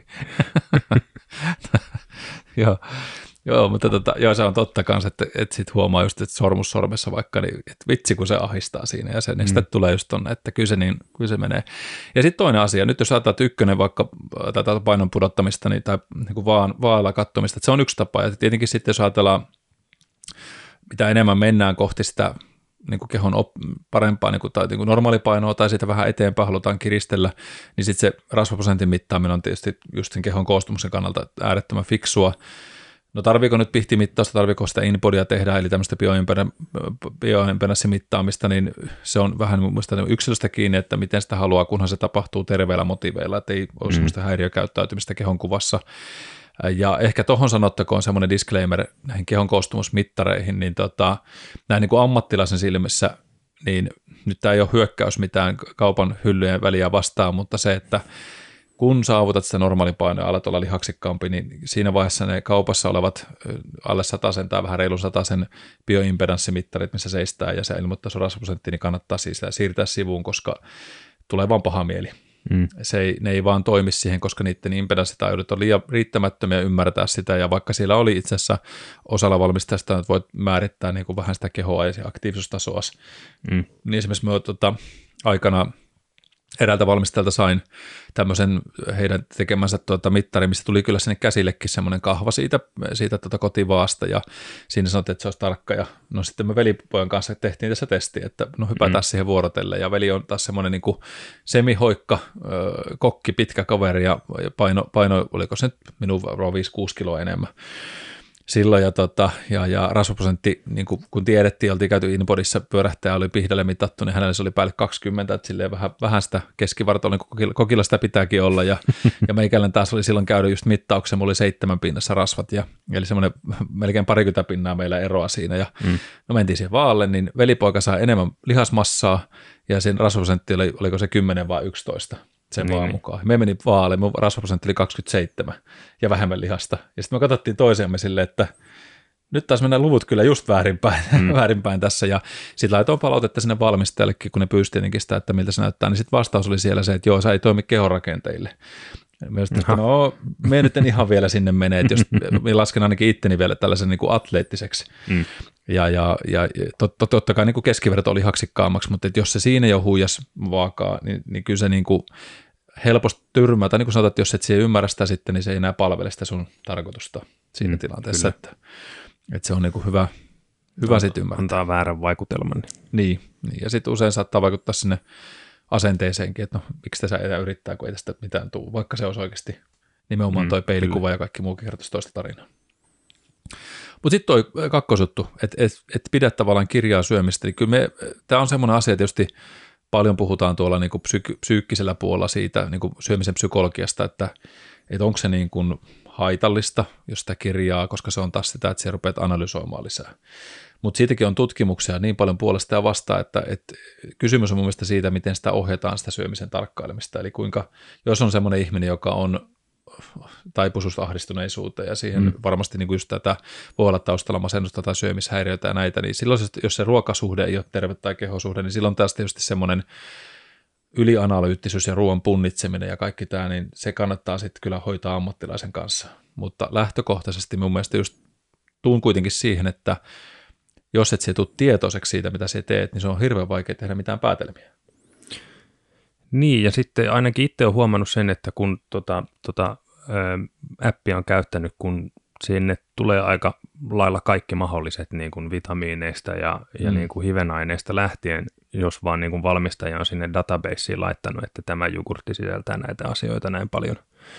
Joo, mutta se on totta kanssa, että sit huomaa just, että sormus sormessa vaikka, niin että vitsi kun se ahistaa siinä, ja se neste tulee just tonne, että kyllä se menee. Ja sitten toinen asia, nyt jos ajatellaan, että ykkönen vaikka tätä painon pudottamista tai niin kuin vaalla kattomista, että se on yksi tapa, ja tietenkin sitten jos ajatellaan, mitä enemmän mennään kohti sitä niin kuin kehon parempaa tai niin kuin normaalipainoa tai sitä vähän eteenpäin halutaan kiristellä, niin sitten se rasvaprosentin mittaaminen on tietysti just sen kehon koostumuksen kannalta äärettömän fiksua. No tarviiko nyt pihtimittausta, tarviiko sitä inbodia tehdä, eli tämmöistä bioimpedanssimittaamista, niin se on vähän mun mielestä yksilöstä kiinni, että miten sitä haluaa, kunhan se tapahtuu terveillä motiiveilla, että ei ole semmoista häiriökäyttäytymistä kehon kuvassa. Ja ehkä tuohon sanottakoon semmoinen disclaimer näihin kehon koostumusmittareihin, niin näin niin kuin ammattilaisen silmissä, niin nyt tämä ei ole hyökkäys mitään kaupan hyllyjen väliä vastaan, mutta se, että kun saavutat sitä normaalipainoa ja alat olla lihaksikkaampi, niin siinä vaiheessa ne kaupassa olevat alle 100 tai vähän reilun 100 bioimpedanssimittarit, missä seistää ja se ilmoittaa sun rasvaprosentti, niin kannattaa siis siirtää sivuun, koska tulee vaan paha mieli. Ne ei vaan toimi siihen, koska niiden impedanssitaudit on liian riittämättömiä ymmärtää sitä, ja vaikka siellä oli itse asiassa osalla valmistajasta, että voit määrittää niin kuin vähän sitä kehoa ja aktiivisuustasoa, niin esimerkiksi me aikana eräältä valmistajalta sain tämmöisen heidän tekemänsä mittari, mistä tuli kyllä sinne käsillekin semmoinen kahva siitä kotivaasta, ja siinä sanottiin, että se olisi tarkka, ja no sitten me velipojan kanssa tehtiin tässä testi, että no hypätään siihen vuorotellen, ja veli on taas semmoinen niin kuin semihoikka, kokki, pitkä kaveri, ja paino oliko se nyt minun 5-6 kiloa enemmän silloin, ja rasvaprosentti, niin kun tiedettiin, oltiin käyty Inbodissa, pyörähtäjä oli pihdalle mitattu, niin hänellä se oli päälle 20, että silleen vähän sitä keskivartaloa, niin kokilla sitä pitääkin olla, ja meikäläinen taas oli silloin käydä just mittauksen, mulla oli 7 pinnassa rasvat, eli semmoinen melkein 20 pinnaa meillä eroa siinä, ja no mentiin siihen vaalle, niin velipoika sai enemmän lihasmassaa, ja sen rasvaprosentti oliko se 10 vai 11, sen vaan mukaan. Me meni vaale, mun rasvaprosentti oli 27 ja vähemmän lihasta. Ja sitten me katsottiin toisiamme silleen, että nyt taas mennään luvut kyllä just väärinpäin tässä. Ja sitten laitoin palautetta sinne valmistajallekin, kun ne pyysi tietenkin sitä, että miltä se näyttää. Niin sitten vastaus oli siellä se, että joo, sä ei toimi kehonrakenteille. Mielestäni, no, me nyt en ihan vielä sinne mene, että jos minä lasken ainakin itteni vielä tällaisen niin kuin atleettiseksi. Ja totta kai niin kuin keskiverto oli haksikkaammaksi, mutta jos se siinä jo huijas vaakaa, niin kyllä se niin kuin helposti tyrmää, tai niin kuin sanotaan, että jos et siihen ymmärrä sitä sitten, niin se ei enää palvele sitä sun tarkoitusta siinä tilanteessa, että se on niin kuin hyvä sitten ymmärtää. Antaa väärän vaikutelman. Niin, ja sitten usein saattaa vaikuttaa sinne asenteeseenkin, että no miksi tässä ei yrittää, kun ei tästä mitään tule, vaikka se olisi oikeasti nimenomaan toi peilikuva ja kaikki muukin kertoisi toista tarinaa. Mutta sitten toi kakkosjuttu, että pidä tavallaan kirjaa syömistä, niin kyllä tämä on semmoinen asia, tietysti paljon puhutaan tuolla niinku psyykkisellä puolella siitä niinku syömisen psykologiasta, että onko se niinku haitallista, jos sitä kirjaa, koska se on taas sitä, että sä rupeat analysoimaan lisää. Mutta siitäkin on tutkimuksia niin paljon puolesta ja vastaan, että kysymys on mun mielestä siitä, miten sitä ohjataan sitä syömisen tarkkailemista. Eli kuinka, jos on semmoinen ihminen, joka on taipuisuus ahdistuneisuuteen ja siihen varmasti niin kuin just tätä voi olla taustalla masennusta tai syömishäiriöitä ja näitä, niin silloin jos se ruokasuhde ei ole terve tai kehosuhde, niin silloin taas tietysti semmoinen ylianalyyttisyys ja ruoan punnitseminen ja kaikki tämä, niin se kannattaa sitten kyllä hoitaa ammattilaisen kanssa. Mutta lähtökohtaisesti mun mielestä just tuun kuitenkin siihen, että jos et se tule tietoiseksi siitä, mitä sä teet, niin se on hirveän vaikea tehdä mitään päätelmiä. Niin, ja sitten ainakin itse olen huomannut sen, että kun appia on käyttänyt, kun sinne tulee aika lailla kaikki mahdolliset niin kuin vitamiineista ja niin kuin hivenaineista lähtien, jos vaan niin kuin valmistaja on sinne databaseen laittanut, että tämä jogurtti sisältää näitä asioita näin paljon,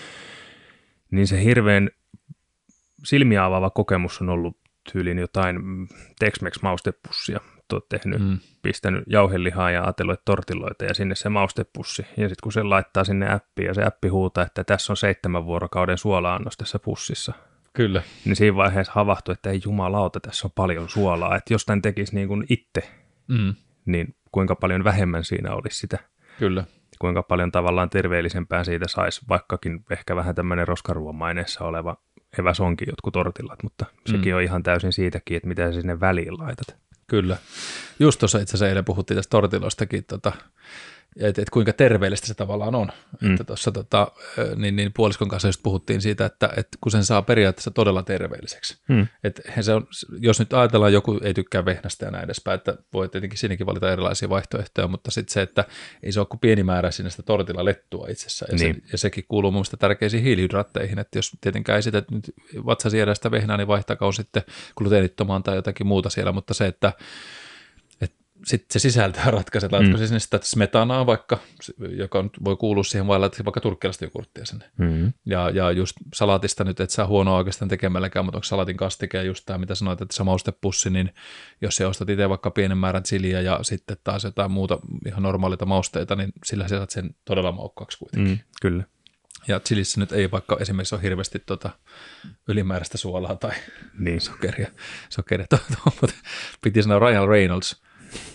niin se hirveän silmiä avaava kokemus on ollut tyyliin jotain Tex-Mex-maustepussia. Olet tehnyt, pistänyt jauhelihaa ja ajatellut, että tortilloita ja sinne se maustepussi. Ja sitten kun se laittaa sinne appiin ja se appi huutaa, että tässä on 7 vuorokauden suola-annos tässä pussissa. Kyllä. Niin siinä vaiheessa havahtui, että ei jumalauta, tässä on paljon suolaa. Että jos tämän tekisi niin kuin itse, niin kuinka paljon vähemmän siinä olisi sitä. Kyllä. Kuinka paljon tavallaan terveellisempää siitä saisi, vaikkakin ehkä vähän tämmöinen roskaruomaineessa oleva eväs onkin jotkut tortillat, mutta sekin on ihan täysin siitäkin, että mitä sä sinne väliin laitat. Kyllä. Just tuossa itse asiassa eilen puhuttiin tästä tortilloistakin, että kuinka terveellistä se tavallaan on. Että tuossa niin puoliskon kanssa just puhuttiin siitä, että kun sen saa periaatteessa todella terveelliseksi. Että se on, jos nyt ajatellaan, joku ei tykkää vehnästä ja näin edespäin, että voi tietenkin siinäkin valita erilaisia vaihtoehtoja, mutta sitten se, että ei se ole kuin pieni määrä sinne sitä tortillalettua itsessään. Ja sekin kuuluu mun mielestä tärkeisiin hiilihydraatteihin, että jos tietenkään ei sitä nyt vatsasiedä sitä vehnää, niin vaihtakaa sitten gluteenittomaan tai jotakin muuta siellä, mutta se, että sitten se sisältää ratkaisee, että laitatko sinne sitä smetanaa vaikka, joka voi kuulua siihen, vai laitatko vaikka turkkilaista jogurttia sinne. Ja just salaatista nyt, et saa huonoa oikeastaan tekemälläkään, mutta onko salatin kastike ja just tämä, mitä sanoit, että se maustepussi, niin jos sä ostat itse vaikka pienen määrän chiliä ja sitten taas jotain muuta ihan normaalita mausteita, niin sillä sä saat sen todella maukkaaksi kuitenkin. Kyllä. Ja chilissä nyt ei vaikka esimerkiksi ole hirveästi ylimääräistä suolaa tai sokeria. Mutta piti sanoa Ryan Reynolds,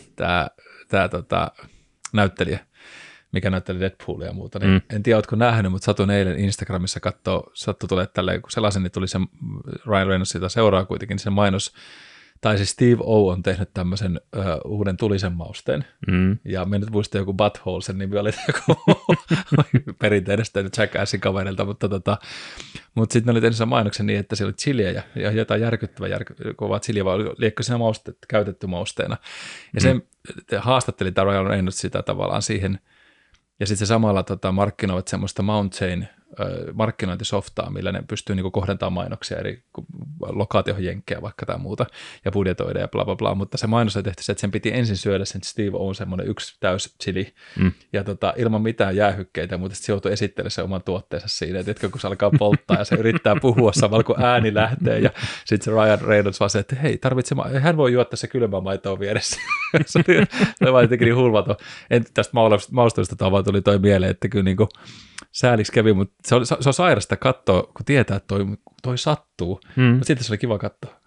tämä näyttelijä, mikä näytteli Deadpoolia ja muuta, niin en tiedä, oletko nähnyt, mutta satuin eilen Instagramissa sattui tulee tälleen, kun selasin, niin tuli se Ryan Reynolds, sitä seuraa kuitenkin, niin se mainos Tai siis Steve O on tehnyt tämmöisen uuden tulisen mausteen, ja me nyt muistan joku Butthole, sen nimi oli joku perinteinen sitten Jackassin kaverilta, mutta sitten ne oli tehnyt sen mainoksen niin, että siellä oli chiliä ja jotain kovaa chiliä, vaan liekko siinä käytetty mausteena. Ja sen haastatteli tämä Ryan Reynolds sitä tavallaan siihen, ja sitten se samalla markkinoivat semmoista Mount Chain markkinointisoftaa, millä ne pystyy niinku kohdentamaan mainoksia eri lokaatioihin jenkkejä vaikka tai muuta ja budjetoida ja bla bla bla, mutta se mainos oli tehty se, että sen piti ensin syödä sen Steve Owen semmoinen yksi täys chili ja ilman mitään jäähykkeitä, mutta sitten se joutui esittelemään sen oman tuotteensa siinä, että kun se alkaa polttaa ja se yrittää puhua samalla kun ääni lähtee ja sitten se Ryan Reynolds vaan se, että hei, hän voi juottaa se kylmää maitoa vieressä. Se oli vaan jotenkin niin hulvaton. Tästä maustelusta vaan tuli toi mieleen, että kyllä niinku sääliksi kävi, mutta se on sairasta katsoa, kun tietää, että toi sattuu, mutta sitten se oli kiva katsoa.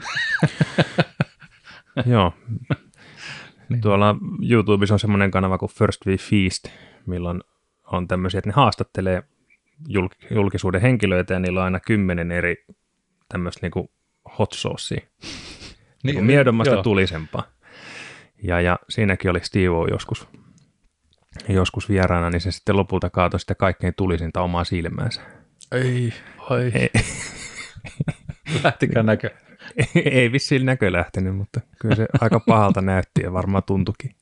Joo. Tuolla YouTubessa on semmoinen kanava kuin First We Feast, milloin on tämmöisiä, että ne haastattelee julkisuuden henkilöitä ja niillä on aina 10 eri tämmöistä niinku hot saucea, niin, miedommasta tulisempaa. Ja siinäkin oli Steve O joskus vieraana, niin se sitten lopulta kaatoi sitä kaikkein tulisinta omaa silmäänsä. Ei. Lähtikään näkö? Ei vissiin näkö lähtenyt, mutta kyllä se aika pahalta näytti ja varmaan tuntuikin.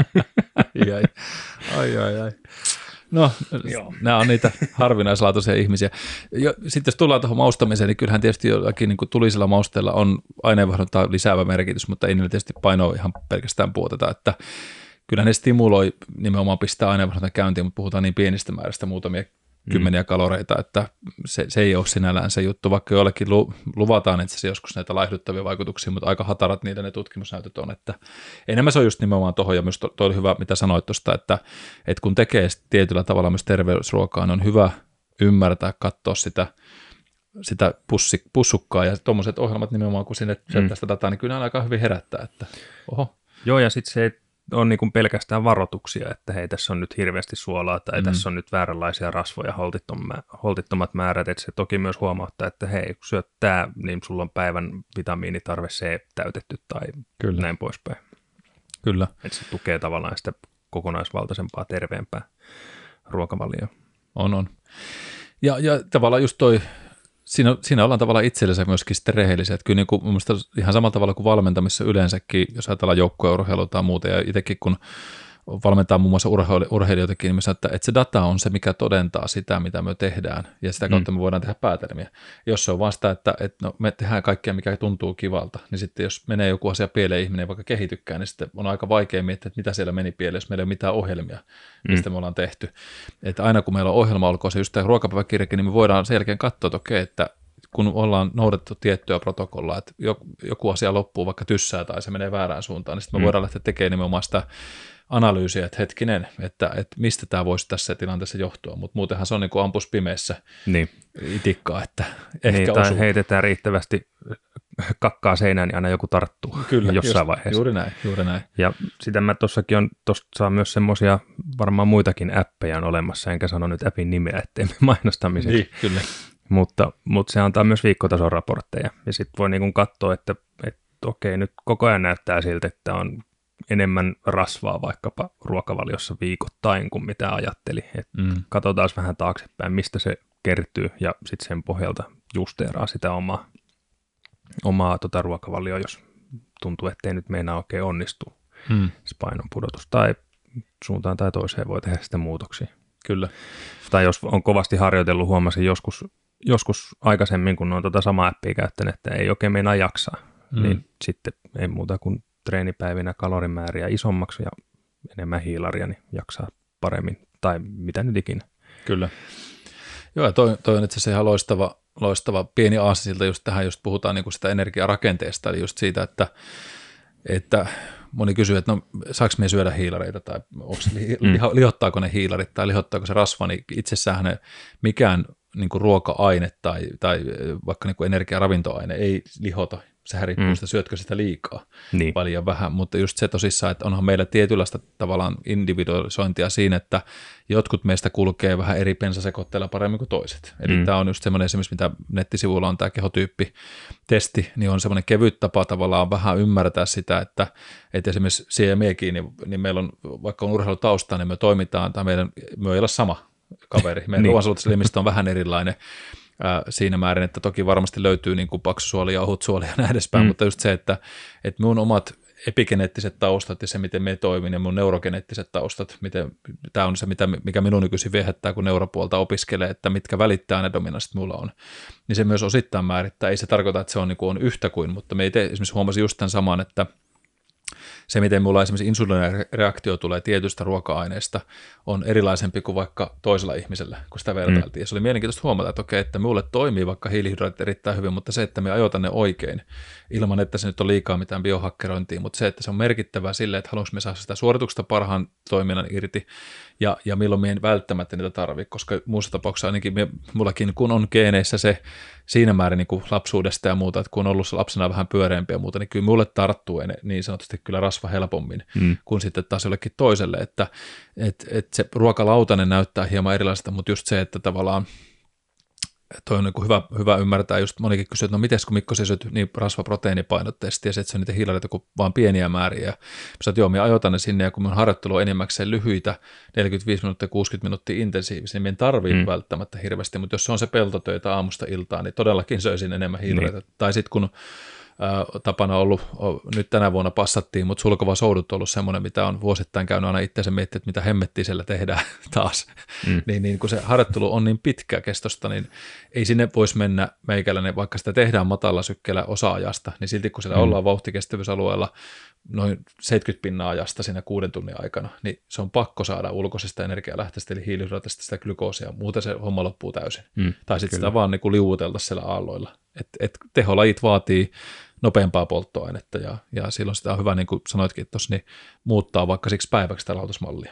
Ai. No, nämä on niitä harvinaislaatuisia ihmisiä. Sitten jos tullaan tuohon maustamiseen, niin kyllähän tietysti jollakin niin kuin tulisilla mausteilla on aineenvaihduntaa lisäävä merkitys, mutta ei niillä tietysti painoa ihan pelkästään puoteta, että kyllä ne stimuloi nimenomaan pistää aineenvaihduntaa käyntiin, mutta puhutaan niin pienistä määristä, muutamia kymmeniä kaloreita, että se ei ole sinällään se juttu, vaikka joillekin luvataan itse asiassa joskus näitä laihduttavia vaikutuksia, mutta aika hatarat niitä ne tutkimusnäytöt on, että enemmän se on just nimenomaan tuohon, ja myös toi oli hyvä, mitä sanoit tuosta, että kun tekee tietyllä tavalla myös terveysruokaa, niin on hyvä ymmärtää, katsoa sitä pussukkaa, ja tuommoiset ohjelmat nimenomaan, kun sinne tästä dataa, niin kyllä ne aika hyvin herättää, että oho. Joo, ja sitten se on niin kuin pelkästään varoituksia, että hei, tässä on nyt hirveästi suolaa tai tässä on nyt vääränlaisia rasvoja, holtittomat määrät, että se toki myös huomauttaa, että hei, kun syöt tämä, niin sulla on päivän vitamiinitarve C täytetty tai näin poispäin. Kyllä. Että se tukee tavallaan sitä kokonaisvaltaisempaa, terveempää ruokavalioa. On. Ja tavallaan just toi, siinä ollaan tavallaan itsellensä myöskin sitten rehellisiä, että kyllä niin kuin, mun ihan samalla tavalla kuin valmentamissa yleensäkin, jos ajatellaan joukkueurheilua tai muuta, ja itsekin kun valmentaa muun muassa urheilijoitakin, niin me sanotaan, että se data on se, mikä todentaa sitä, mitä me tehdään, ja sitä kautta me voidaan tehdä päätelmiä. Jos se on vasta, että me tehdään kaikkea, mikä tuntuu kivalta, niin sitten jos menee joku asia pieleen, ihminen ei vaikka kehitykään, niin sitten on aika vaikea miettiä, että mitä siellä meni pieleen, jos meillä ei ole mitään ohjelmia, mistä me ollaan tehty. Että aina kun meillä on ohjelma, olkoon se just tämä ruokapäiväkirjakin, niin me voidaan sen jälkeen katsoa, että okei, että kun ollaan noudatettu tiettyä protokollaa, että joku asia loppuu vaikka tyssää tai se menee väärään suuntaan, niin sitten me voidaan lähteä tekemään nimenomaan sitä analyysiä, että hetkinen, että mistä tämä voisi tässä tilanteessa johtua, mutta muutenhan se on niin kuin ampus pimeässä itikkaa, että ehkä niin, tai heitetään riittävästi kakkaa seinään, niin aina joku tarttuu jossain vaiheessa. Juuri näin. Ja sitä mä tuossa saa myös semmoisia, varmaan muitakin appeja on olemassa, enkä sano nyt appin nimeä, ettei mainostamiseksi. Niin, kyllä. Mutta se antaa myös viikkotason raportteja, ja sitten voi niin kuin katsoa, että okei, nyt koko ajan näyttää siltä, että on enemmän rasvaa vaikkapa ruokavaliossa viikoittain kuin mitä ajatteli. Katsotaan vähän taaksepäin, mistä se kertyy, ja sitten sen pohjalta justeeraa sitä omaa ruokavalioa, jos tuntuu, ettei nyt meinaa oikein onnistu se painon pudotus. Tai suuntaan tai toiseen voi tehdä sitä muutoksia. Kyllä. Tai jos on kovasti harjoitellut, huomasin joskus aikaisemmin, kun on samaa appia käyttänyt, että ei oikein meinaa jaksaa, niin sitten ei muuta kuin treenipäivinä kalorimääriä isommaksi ja enemmän hiilaria, niin jaksaa paremmin, tai mitä nyt ikinä. Kyllä. Joo, ja toi on itse asiassa ihan loistava pieni aasisilta just tähän, just puhutaan niin kuin sitä energiarakenteesta, eli just siitä, että moni kysyy, että no saako me syödä hiilareita, tai lihottaako ne hiilarit, tai lihottaako se rasva, niin itsessään mikään niin kuin ruoka-aine tai vaikka niin kuin energiaravintoaine ei lihota sehän riippuu sitä, syötkö sitä liikaa paljon ja vähän, mutta just se tosissaan, että onhan meillä tietynlaista tavallaan individualisointia siinä, että jotkut meistä kulkee vähän eri bensasekoitteilla paremmin kuin toiset. Eli tämä on just semmoinen esimerkiksi, mitä nettisivuilla on tämä kehotyyppitesti, niin on semmoinen kevyt tapa tavallaan vähän ymmärtää sitä, että esimerkiksi siellä ja mekin, niin meillä on, vaikka on urheilutausta, niin me toimitaan, tai me ei ole sama kaveri. Meidän ruoansulutuselimistö on vähän erilainen siinä määrin, että toki varmasti löytyy niin kuin paksusuoli ja ohutsuoli ja näin edespäin, mutta just se, että minun omat epigeneettiset taustat ja se, miten me toimin ja mun neurogeneettiset taustat, tämä on se, mikä minun nykyisin viehättää, kun neuropuolta opiskelee, että mitkä välittää ne dominanssit mulla on, niin se myös osittain määrittää. Ei se tarkoita, että se on, niin kuin on yhtä kuin, mutta me esimerkiksi huomasin just tämän saman, että se, miten mulla esimerkiksi insuliinireaktio tulee tietystä ruoka-aineesta, on erilaisempi kuin vaikka toisella ihmisellä, kun sitä vertailtiin. Ja se oli mielenkiintoista huomata, että okei, että minulle toimii vaikka hiilihydraatit erittäin hyvin, mutta se, että me ajoitan ne oikein, ilman että se nyt on liikaa mitään biohakkerointia, mutta se, että se on merkittävää sille, että haluanko me saada sitä suorituksesta parhaan toiminnan irti, ja milloin me en välttämättä niitä tarvitse, koska muussa tapauksessa ainakin mullakin, kun on geeneissä se siinä määrin niin kuin lapsuudesta ja muuta, että kun on ollut lapsena vähän pyöreämpi ja muuta, niin kyllä mulle tarttuu niin sanotusti kyllä rasva helpommin kuin sitten taas jollekin toiselle, että se ruokalautanen näyttää hieman erilaista, mutta just se, että tavallaan toi on niin kuin hyvä ymmärtää, just monikin kysyy, että no mites kun Mikko sä syöt niin rasva-proteiinipainotteisesti ja se, että se on niitä hiilareita kuin vaan pieniä määriä. Ja mä joo, minä ajoitan ne sinne ja kun minun harjoittelu on enimmäkseen lyhyitä, 45 minuuttia, 60 minuuttia intensiivisiä, niin minä en tarvitse välttämättä hirveästi, mutta jos se on se peltotöitä aamusta iltaan, niin todellakin söisin enemmän hiilareita. Tai sitten kun tapana ollut, nyt tänä vuonna passattiin, mutta sulkova soudut on ollut semmoinen, mitä on vuosittain käynyt aina itseänsä miettiä, että mitä hemmettiä siellä tehdään taas. Niin kun se harjoittelu on niin pitkäkestosta, niin ei sinne voisi mennä meikäläinen, vaikka sitä tehdään matalalla sykkeellä osa-ajasta, niin silti kun siellä ollaan vauhtikestävyysalueella noin 70% ajasta siinä 6 tunnin aikana, niin se on pakko saada ulkoisesta energialähteestä, eli hiilihydraatista sitä glykoosia, muuten se homma loppuu täysin. Tai sitten sitä vaan niin kuin liuutelta siellä aalloilla. Et teholajit vaatii nopeampaa polttoainetta ja silloin sitä on hyvä, niin kuin sanoitkin tuossa, niin muuttaa vaikka siksi päiväksi tätä lautasmallia.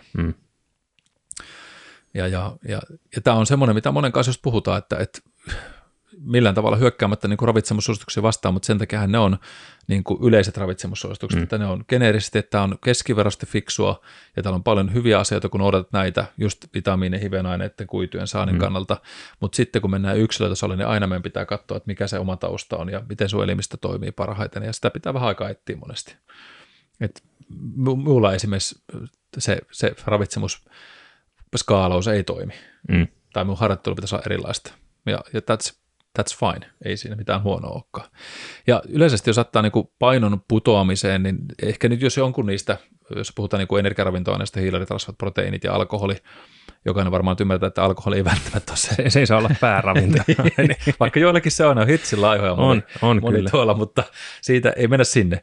Ja tämä on semmoinen, mitä monen kanssa just puhutaan, että millään tavalla hyökkäämättä niin kuin ravitsemussuosituksia vastaan, mutta sen takia ne on niin kuin yleiset ravitsemussuositukset, että ne on geneerisesti, että tämä on keskiverrosti fiksua, ja täällä on paljon hyviä asioita, kun odotat näitä, just vitamiini, hivenaineiden, kuitujen saannin kannalta, mutta sitten kun mennään yksilötasolle, niin aina meidän pitää katsoa, että mikä se oma tausta on, ja miten sun elimistö toimii parhaiten, ja sitä pitää vähän aikaa etsiä monesti. Minulla esimerkiksi se ravitsemusskaalaus ei toimi, tai minun harjoittelu pitäisi olla erilaista, ja that's fine, ei siinä mitään huonoa olekaan. Ja yleisesti jos ottaa niin kuin painon putoamiseen, niin ehkä nyt jos jonkun niistä, jos puhutaan niin kuin energiaravintoaineista, hiilarit, rasvat, proteiinit ja alkoholi, jokainen varmaan ymmärtää, että alkoholi ei välttämättä ole se ei saa olla pääravinto. niin, vaikka joillekin se on hitsin laihoja on moni kyllä. Tuolla, mutta siitä ei mennä sinne.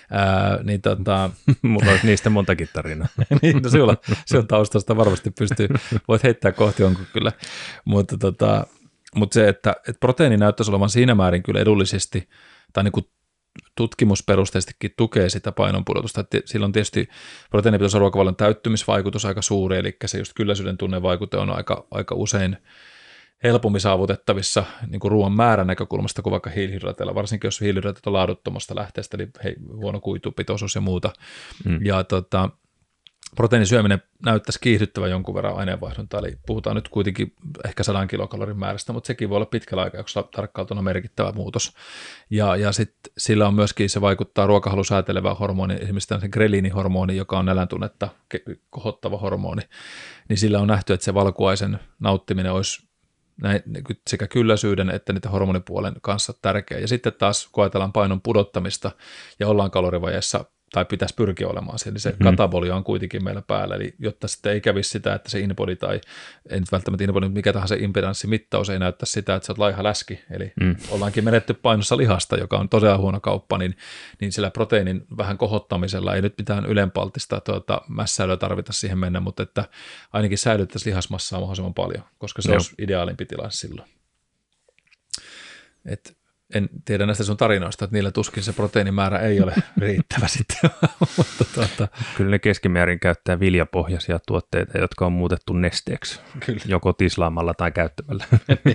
Mulla olisi niistä montakin tarinaa. Niin, no se on taustasta varmasti voit heittää kohti jonkun kyllä, mutta se, että proteiini näyttäisi olevan siinä määrin kyllä edullisesti tai niin kuin tutkimusperusteisestikin tukee sitä painonpudotusta. Silloin tietysti proteiini pitäisi olla ruokavalion täyttymisvaikutus aika suuri, eli se just kylläisyyden tunnevaikute on aika usein helpommin saavutettavissa niin kuin ruoan määrän näkökulmasta kuin vaikka hiilihydraateilla, varsinkin jos hiilihydraatit on laaduttomasta lähteestä, eli huono kuitupitoisuus ja muuta. Ja proteiinin syöminen näyttäisi kiihdyttävän jonkun verran aineenvaihduntaa, eli puhutaan nyt kuitenkin ehkä 100 kilokalorin määrästä, mutta sekin voi olla pitkällä aikauksella tarkkailtuna merkittävä muutos. Ja sitten sillä on myöskin, se vaikuttaa ruokahalu säätelevään hormoniin, esimerkiksi tämmöisen greliinihormoni, joka on näläntunnetta kohottava hormoni, niin sillä on nähty, että se valkuaisen nauttiminen olisi sekä kylläisyyden että niiden hormonipuolen kanssa tärkeä. Ja sitten taas, kun ajatellaan painon pudottamista ja ollaan kalorivajeessa, tai pitäisi pyrkiä olemaan siellä, niin se katabolia on kuitenkin meillä päällä, eli jotta sitten ei kävisi sitä, että se inbody tai ei nyt välttämättä inbody, mikä tahansa impedanssimittaus ei näyttäisi sitä, että sä oot laiha läski, eli ollaankin menetty painossa lihasta, joka on todella huono kauppa, niin sillä proteiinin vähän kohottamisella ei nyt mitään ylenpalttista mässäilyä tarvita siihen mennä, mutta että ainakin säilyttäisiin lihasmassaa mahdollisimman paljon, koska se olisi ideaalimpi tilanne silloin. en tiedä näistä sun tarinoista, että niillä tuskin se proteiinimäärä ei ole riittävä sitten. Mutta Kyllä ne keskimäärin käyttää viljapohjaisia tuotteita, jotka on muutettu nesteeksi, kyllä. Joko tislaamalla tai käyttämällä.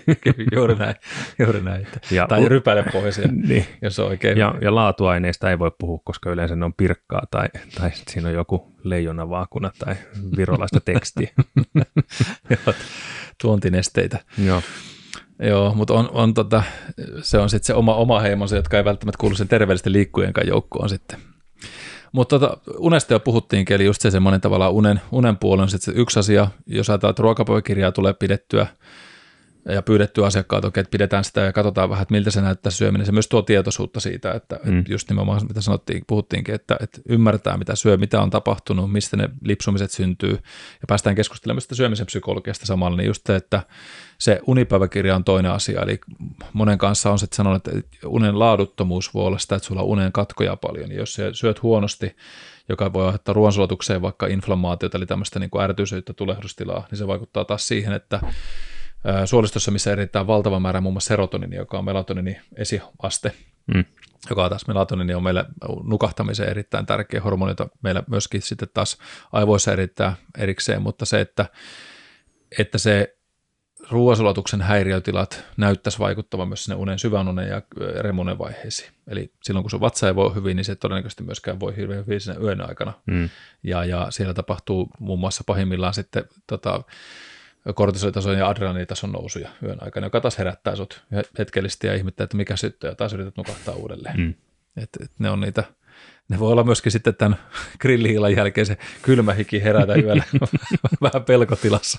juuri näin. Tai rypälepohjaisia, niin. Jos on oikein. Ja laatuaineista ei voi puhua, koska yleensä ne on pirkkaa tai siinä on joku leijonavaakuna tai virolaista tekstiä. Tuontinesteitä. Joo. Joo, mutta se on sitten se oma heimonsa, jotka ei välttämättä kuulu sen terveellisten liikkujenkaan joukkoon sitten. Mutta unesta jo puhuttiinkin, eli just se semmoinen tavallaan unen puoli on sitten se yksi asia, jos ajatellaan, että ruokapöytäkirjaa tulee pidettyä ja pyydettyä asiakkaat, että pidetään sitä ja katsotaan vähän, että miltä se näyttää syöminen. Se myös tuo tietoisuutta siitä, että just nimenomaan mitä puhuttiinkin, että ymmärtää mitä syö, mitä on tapahtunut, mistä ne lipsumiset syntyy ja päästään keskustelemaan sitä syömisen psykologiasta samalla, niin just se, että se unipäiväkirja on toinen asia, eli monen kanssa on sitten sanonut, että unen laaduttomuus voi olla sitä, että sulla on unen katkoja paljon, niin jos syöt huonosti, joka voi aiheuttaa ruoansulatukseen vaikka inflammaatiota, eli tämmöistä niin kuin ärtyisyyttä, tulehdustilaa, niin se vaikuttaa taas siihen, että suolistossa, missä erittäin valtava määrä muun muassa serotonini, joka on melatoninin esiaste, joka taas melatonini on meille nukahtamiseen erittäin tärkeä hormoni, jota meillä myöskin sitten taas aivoissa erittäin erikseen, mutta se, että se ruoansulatuksen häiriötilat näyttäisi vaikuttavan myös sinne unen syvän unen ja remunen vaiheisiin. Eli silloin, kun sun vatsa ei voi hyvin, niin se todennäköisesti myöskään voi hirveän hyvin siinä yön aikana. Ja siellä tapahtuu muun muassa pahimmillaan sitten kortisolitason ja adrenalitason nousuja yön aikana, joka taas herättää sut hetkellisesti ja ihmettää, että mikä syttö, ja taas yrität nukahtaa uudelleen. Et ne on niitä, ne voi olla myöskin sitten tämän grillihiilan jälkeen se kylmä hiki herätä yöllä vähän pelkotilassa.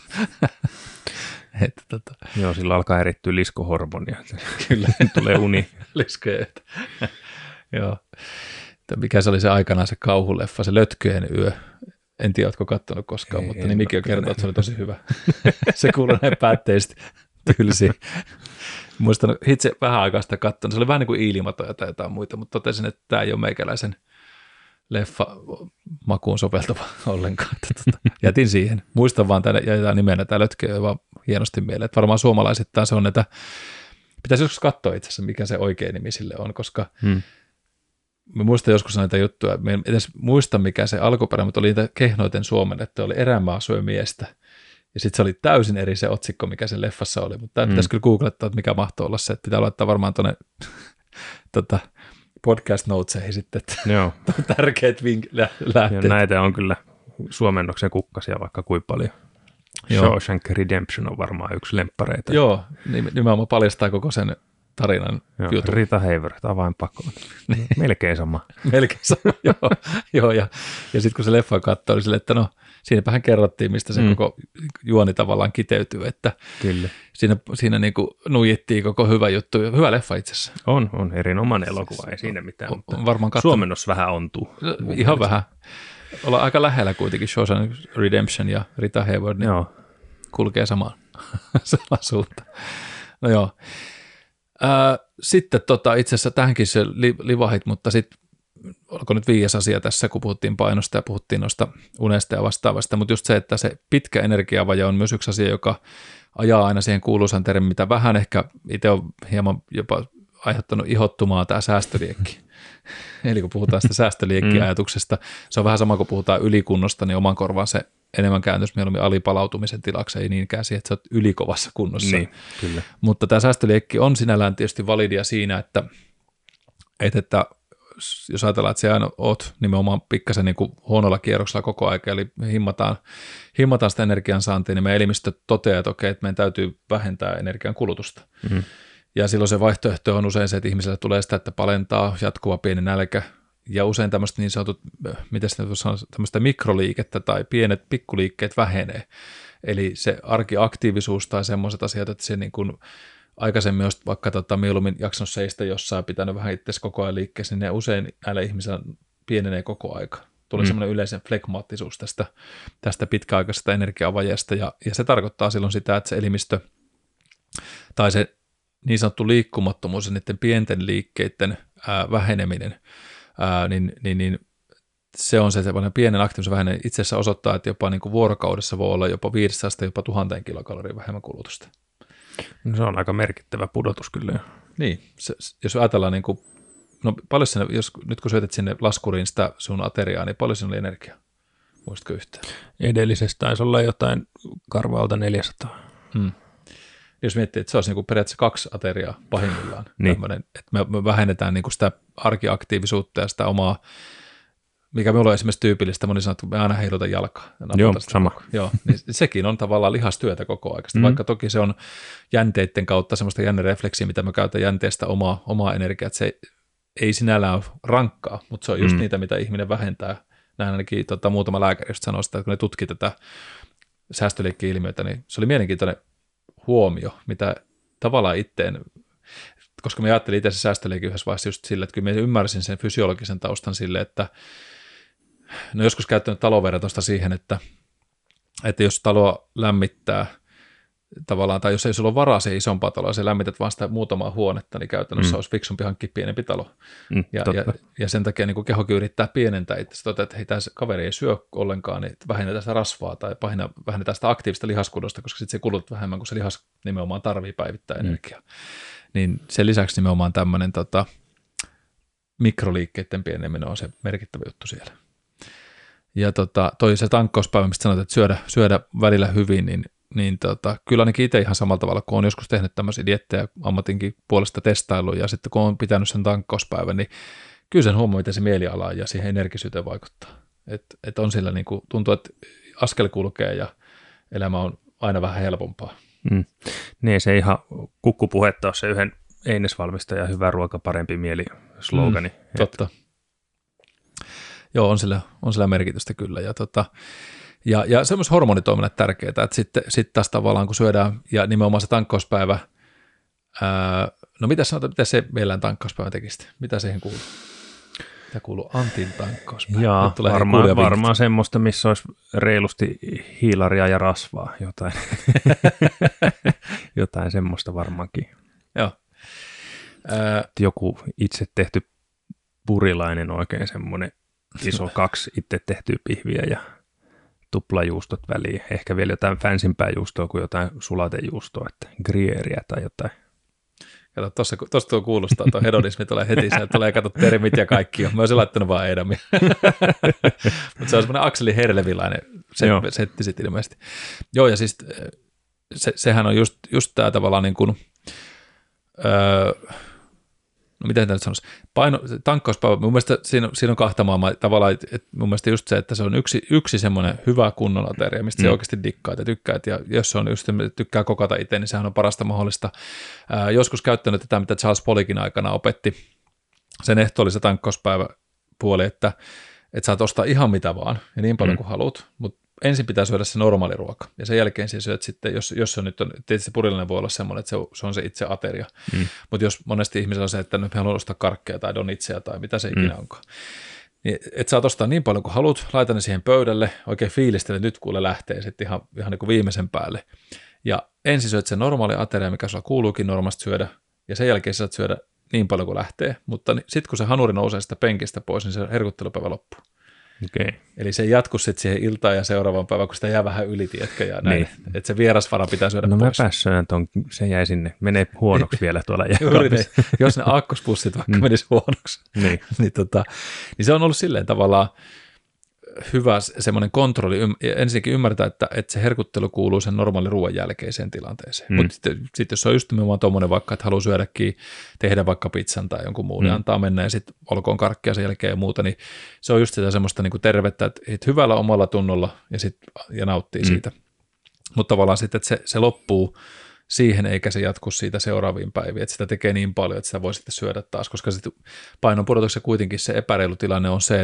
Joo, sillä alkaa erittyä liskohormonia. Kyllä. Tulee uni. Liskoja. Joo. Mikä se oli se aikanaan se kauhuleffa, se Lötköjen yö. En tiedä, oletko katsonut koskaan, mutta nimikin jo kertoo, että se oli tosi hyvä. Se kuului näin päätteisesti tylsiin. Muistan itse vähän aikaa sitä katsonut. Se oli vähän niin kuin Ilmatoja tai jotain muita, mutta totesin, että tämä ei ole meikäläisen leffa makuun soveltuva ollenkaan. Jätin siihen. Muistan vaan jätetään nimenä tämä Lötköjö vaan hienosti mieleen. Että varmaan suomalaisittain se on, että pitäisi joskus katsoa itse asiassa, mikä se oikea nimi sille on, koska mä muistan joskus näitä juttuja, mä en edes muista mikä se alkuperä, mutta oli niitä kehnoiten suomennettu, oli Erämaa syö miestä. Ja sitten se oli täysin eri se otsikko, mikä sen leffassa oli, mutta tämä pitäisi kyllä googlettaa, että mikä mahtoi olla se, että pitää laittaa varmaan tuonne podcast notesihin sitten, että tärkeät lähteet. Ja näitä on kyllä suomennoksen kukkasia vaikka kuinka paljon. Shawshank Redemption on varmaan yksi lemppareita. Joo, nimenomaan paljastaa koko sen tarinan jutun. Rita Hayworth, avainpakoon. Melkein sama. Melkein sama, joo. Ja sitten kun se leffa katsoi, oli silleen, että no, siinäpähän kerrottiin, mistä se koko juoni tavallaan kiteytyy, että kyllä. Siinä niin kuin nuijittiin koko hyvä juttu. Hyvä leffa itse asiassa. On erinomainen elokuva, ei siinä mitään. On varmaan katsonut. Suomennos vähän ontuu. Ihan vähän. Ollaan aika lähellä kuitenkin Shawshank Redemption ja Rita Hayworth, niin kulkee samaan suuntaan. No joo. Sitten itse asiassa tähänkin se livahit, mutta sitten olko nyt 5. asia tässä, kun puhuttiin painosta ja puhuttiin noista unesta ja vastaavasta, mutta just se, että se pitkä energiavaje on myös yksi asia, joka ajaa aina siihen kuuluisan termin, mitä vähän ehkä itse on hieman jopa aiheuttanut ihottumaa tämä säästöliekki. Eli kun puhutaan sitä säästöliekki-ajatuksesta, se on vähän sama kuin puhutaan ylikunnosta, niin oman korvaan se enemmän kääntös mieluummin alipalautumisen tilaksi, ei niinkään siihen, että sä oot ylikovassa kunnossa. Niin, kyllä. Mutta tämä säästöliekki on sinällään tietysti validia siinä, että jos ajatellaan, että sä aina oot nimenomaan pikkasen niin kuin huonolla kierroksella koko aika, eli himmataan sitä energiansaantia, niin meidän elimistö toteaa, että okei, että meidän täytyy vähentää energian kulutusta. Ja silloin se vaihtoehto on usein se, että ihmiselle tulee sitä, että palentaa jatkuva pieni nälkä, ja usein tämmöistä niin sanotut, miten sitä sanoo, tämmöistä mikroliikettä tai pienet pikkuliikkeet vähenee. Eli se arkiaktiivisuus tai semmoiset asiat, että se niin kuin aikaisemmin olisi vaikka mieluummin jaksanut seistä jossain, pitänyt vähän itseasi koko ajan liikkeessä, niin ne usein näillä ihmisillä pienenee koko aika. Tulee semmoinen yleisen flegmaattisuus tästä pitkäaikaisesta energiavajeesta, ja se tarkoittaa silloin sitä, että se elimistö tai se niin sanottu liikkumattomuus ja niiden pienten liikkeiden väheneminen, niin se on se pienen aktiivisuus väheneminen. Itse asiassa osoittaa, että jopa niin kuin vuorokaudessa voi olla jopa 500 jopa 1000 kilokaloria vähemmän kulutusta. No se on aika merkittävä pudotus kyllä. Niin, jos ajatellaan, niin kuin, no paljon sinne, nyt kun syötät sinne laskuriin sitä sun ateriaa, niin paljon siinä oli energiaa? Muistatko yhtään? Edellisestä taisi olla jotain karvaalta 400. Jos miettii, että se olisi niin kuin periaatteessa 2 ateriaa pahimmillaan, niin. Että me vähennetään niin kuin sitä arkiaktiivisuutta ja sitä omaa, mikä minulla on esimerkiksi tyypillistä, moni sanoo, että me aina heiluta jalkaa. Joo, sama. Joo, niin sekin on tavallaan lihastyötä koko ajan. Vaikka toki se on jänteiden kautta semmoista jännerefleksiä, mitä me käytetään jänteestä omaa energiaa, että se ei sinällään ole rankkaa, mutta se on just niitä, mitä ihminen vähentää. Näin ainakin muutama lääkäri just sanoi sitä, että kun ne tutki tätä säästöliikki-ilmiötä, niin se oli mielenkiintoinen huomio, mitä tavallaan itteen, koska me ajattelin itse se säästöliike yhdessä vaiheessa just sillä, että kyllä mä ymmärsin sen fysiologisen taustan sille, että no joskus käyttänyt taloverratusta siihen, että jos taloa lämmittää tavallaan, tai jos ei sulla ole varaa se isompaa taloa, se lämmität vaan sitä muutamaa huonetta, niin käytännössä olisi fiksumpi hankkia pienempi talo. Ja sen takia niin kehokin yrittää pienentää itse, että hei, tämä kaveri ei syö ollenkaan, niin vähennetään sitä rasvaa tai vähennetään sitä aktiivista lihaskunnosta, koska sitten se kulut vähemmän, kun se lihas nimenomaan tarvii päivittää energiaa. Niin sen lisäksi nimenomaan tämmöinen mikroliikkeiden pieneminen on se merkittävä juttu siellä. Ja toi se tankkauspäivä, mistä sanoit, että syödä välillä hyvin, niin kyllä ainakin itse ihan samalla tavalla, kun olen joskus tehnyt tämmöisiä diettejä ammatinkin puolesta testailuja, ja sitten kun olen pitänyt sen tankkauspäivän, niin kyllä sen huomaa, miten se mieliala ja siihen energisyyteen vaikuttaa. Että on sillä niin kuin, tuntuu, että askel kulkee ja elämä on aina vähän helpompaa. Niin, se ihan kukkupuhetta on se yhden einesvalmistajan hyvä ruoka, parempi mieli -slogani. Totta. Joo, on sillä merkitystä kyllä. Ja semmoiset hormonitoiminnat tärkeää, että sitten taas tavallaan kun syödään, ja nimenomaan se tankkauspäivä, no mitä sanotaan, mitä se meillä tankkauspäivä tekisi? Mitä siihen kuuluu? Mitä kuuluu Antin tankkauspäivä? Jaa, varmaan semmoista, missä olisi reilusti hiilaria ja rasvaa, jotain semmoista varmaankin. Joo. Joku itse tehty purilainen, oikein semmoinen iso 2 itse tehtyä pihviä ja tuplajuustot väliin. Ehkä vielä jotain fansimpää juustoa kuin jotain sulatejuustoa, että gruyèreä tai jotain. Kato, tuossa tuo kuulostaa, tuo hedonismi tulee heti, sieltä tulee kato termit ja kaikki. Mä olisin laittanut vaan edamia. Mutta se on semmoinen Akseli Herlevilainen setti sitten ilmeisesti. Joo, ja siis sehän on just tämä tavallaan niin kuin, no miten tämä nyt sanoisi, tankkauspäivä, mun mielestä siinä on 2 maailmaa tavallaan, että mun mielestä just se, että se on yksi semmoinen hyvä kunnon ateria, mistä se oikeasti dikkaat ja tykkäät, ja jos se on just, tykkää kokata itse, niin sehän on parasta mahdollista. Joskus käyttänyt tätä, mitä Charles Poliquin aikana opetti, sen ehto oli se tankkauspäiväpuoli, että saat ostaa ihan mitä vaan, ja niin paljon kuin haluat, mutta ensin pitää syödä se normaali ruoka, ja sen jälkeen siis syöt sitten, jos se nyt on, tietysti purilainen voi olla semmoinen, että se on se itse ateria, mutta jos monesti ihmisellä on se, että nyt me haluan ostaa karkkeja tai donitseja tai mitä se ikinä onkaan, niin et saat ostaa niin paljon kuin haluat, laita ne siihen pöydälle, oikein fiilistele, nyt kuule lähtee sitten ihan niin kuin viimeisen päälle, ja ensin syöt se normaali ateria, mikä sulla kuuluukin normaalisti syödä, ja sen jälkeen saat syödä niin paljon kuin lähtee, mutta sitten kun se hanuri nousee sitä penkistä pois, niin se herkuttelupäivä loppuu. Okay. Eli se ei jatku sitten siihen iltaan ja seuraavan päivän, kun sitä jää vähän yli, tiedätkö, ja näin. Niin. Että se vierasvara pitää syödä pois. No mä päässään, se jäi sinne, menee huonoksi vielä tuolla jääkaapissa. Jos ne aakkospussit vaikka menis huonoksi. Niin. niin se on ollut silleen tavallaan hyvä semmoinen kontrolli, ensinnäkin ymmärtää, että se herkuttelu kuuluu sen normaalin ruoan jälkeiseen tilanteeseen. Mutta sitten jos se on just nimenomaan tuommoinen vaikka, että haluaa syödäkin, tehdä vaikka pizzan tai jonkun muun, niin antaa mennä ja sitten olkoon karkkia sen jälkeen ja muuta, niin se on just sitä semmoista niin kuin tervettä, että hyvällä omalla tunnolla ja nauttii siitä. Mutta tavallaan sitten, että se loppuu siihen, eikä se jatku siitä seuraaviin päiviin, että sitä tekee niin paljon, että sitä voi sitten syödä taas, koska sitten painonpudotuksessa kuitenkin se epäreilu tilanne on se,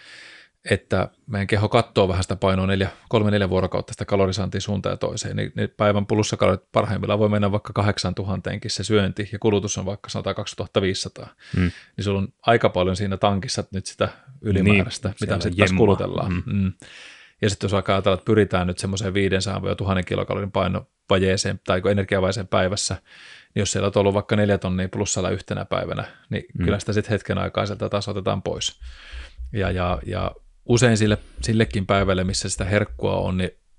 että meidän keho katsoo vähän sitä painoa 3-4 vuorokautta sitä kalorisaantia suuntaan ja toiseen, niin päivän pulussakalorit parhaimmillaan voi mennä vaikka 8000:kin se syönti, ja kulutus on vaikka 2500. Niin sulla on aika paljon siinä tankissa nyt sitä ylimääräistä, mitä sitten taas kulutellaan. Ja sitten jos vaikka ajatellaan, että pyritään nyt semmoiseen 500-1000 kilokalorin painovajeeseen tai energiavajeeseen päivässä, niin jos siellä on ollut vaikka 4 tonnia plussalla yhtenä päivänä, niin kyllä sitä sitten hetken aikaa sieltä taas otetaan pois. Ja usein sillekin päivälle, missä sitä herkkua on, niin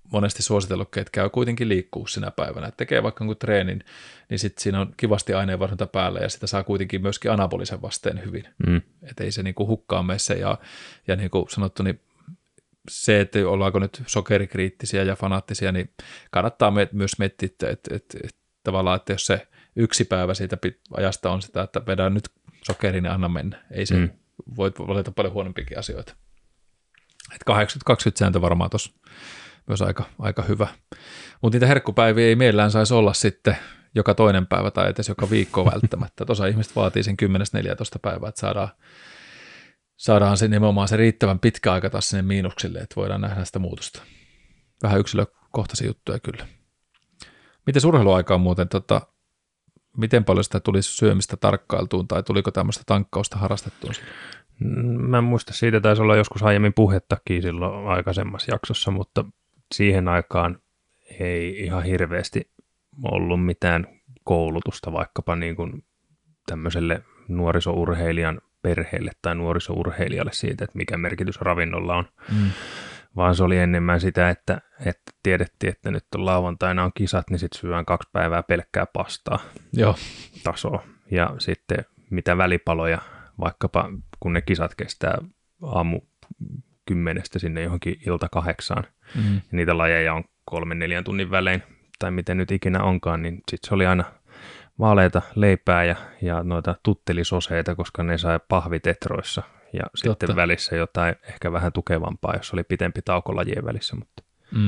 monesti suositellutkin, että käy kuitenkin liikkuu sinä päivänä. Että tekee vaikka jonkun treenin, niin sitten siinä on kivasti aineenvaihdunta päällä ja sitä saa kuitenkin myöskin anabolisen vasteen hyvin. Että ei se niin kuin hukkaan mene se. Ja niin kuin sanottu, niin se, että ollaanko nyt sokerikriittisiä ja fanaattisia, niin kannattaa myös miettiä, että tavallaan, että jos se yksi päivä siitä ajasta on sitä, että vedään nyt sokeri, niin anna mennä. Ei se, voit valita paljon huonompiakin asioita. Että 80-20 sääntö varmaan tuossa myös aika hyvä. Mutta niitä herkkupäiviä ei mielellään saisi olla sitten joka toinen päivä tai edes joka viikko välttämättä. Osa ihmiset vaatii sen 10-14 päivää, että saadaan se nimenomaan se riittävän pitkä aika taas sinne miinuksille, että voidaan nähdä sitä muutosta. Vähän yksilökohtaisia juttuja kyllä. Miten urheiluaikaan muuten, miten paljon sitä tuli syömistä tarkkailtuun tai tuliko tämmöistä tankkausta harrastettuun? Mä en muista, siitä taisi olla joskus aiemmin puhettakin silloin aikaisemmassa jaksossa, mutta siihen aikaan ei ihan hirveästi ollut mitään koulutusta vaikkapa niin kuin tämmöiselle nuorisourheilijan perheelle tai nuorisourheilijalle siitä, että mikä merkitys ravinnolla on, vaan se oli enemmän sitä, että tiedettiin, että nyt on lauantaina on kisat, niin sitten syödään 2 päivää pelkkää pastaa tasoa ja sitten mitä välipaloja, vaikkapa kun ne kisat kestää aamu 10 sinne johonkin ilta 8, ja niitä lajeja on 3-4 tunnin välein, tai miten nyt ikinä onkaan, niin sitten se oli aina vaaleita leipää ja noita tuttelisoseita, koska ne sai pahvitetroissa, ja sitten välissä jotain ehkä vähän tukevampaa, jos oli pitempi tauko lajien välissä, mutta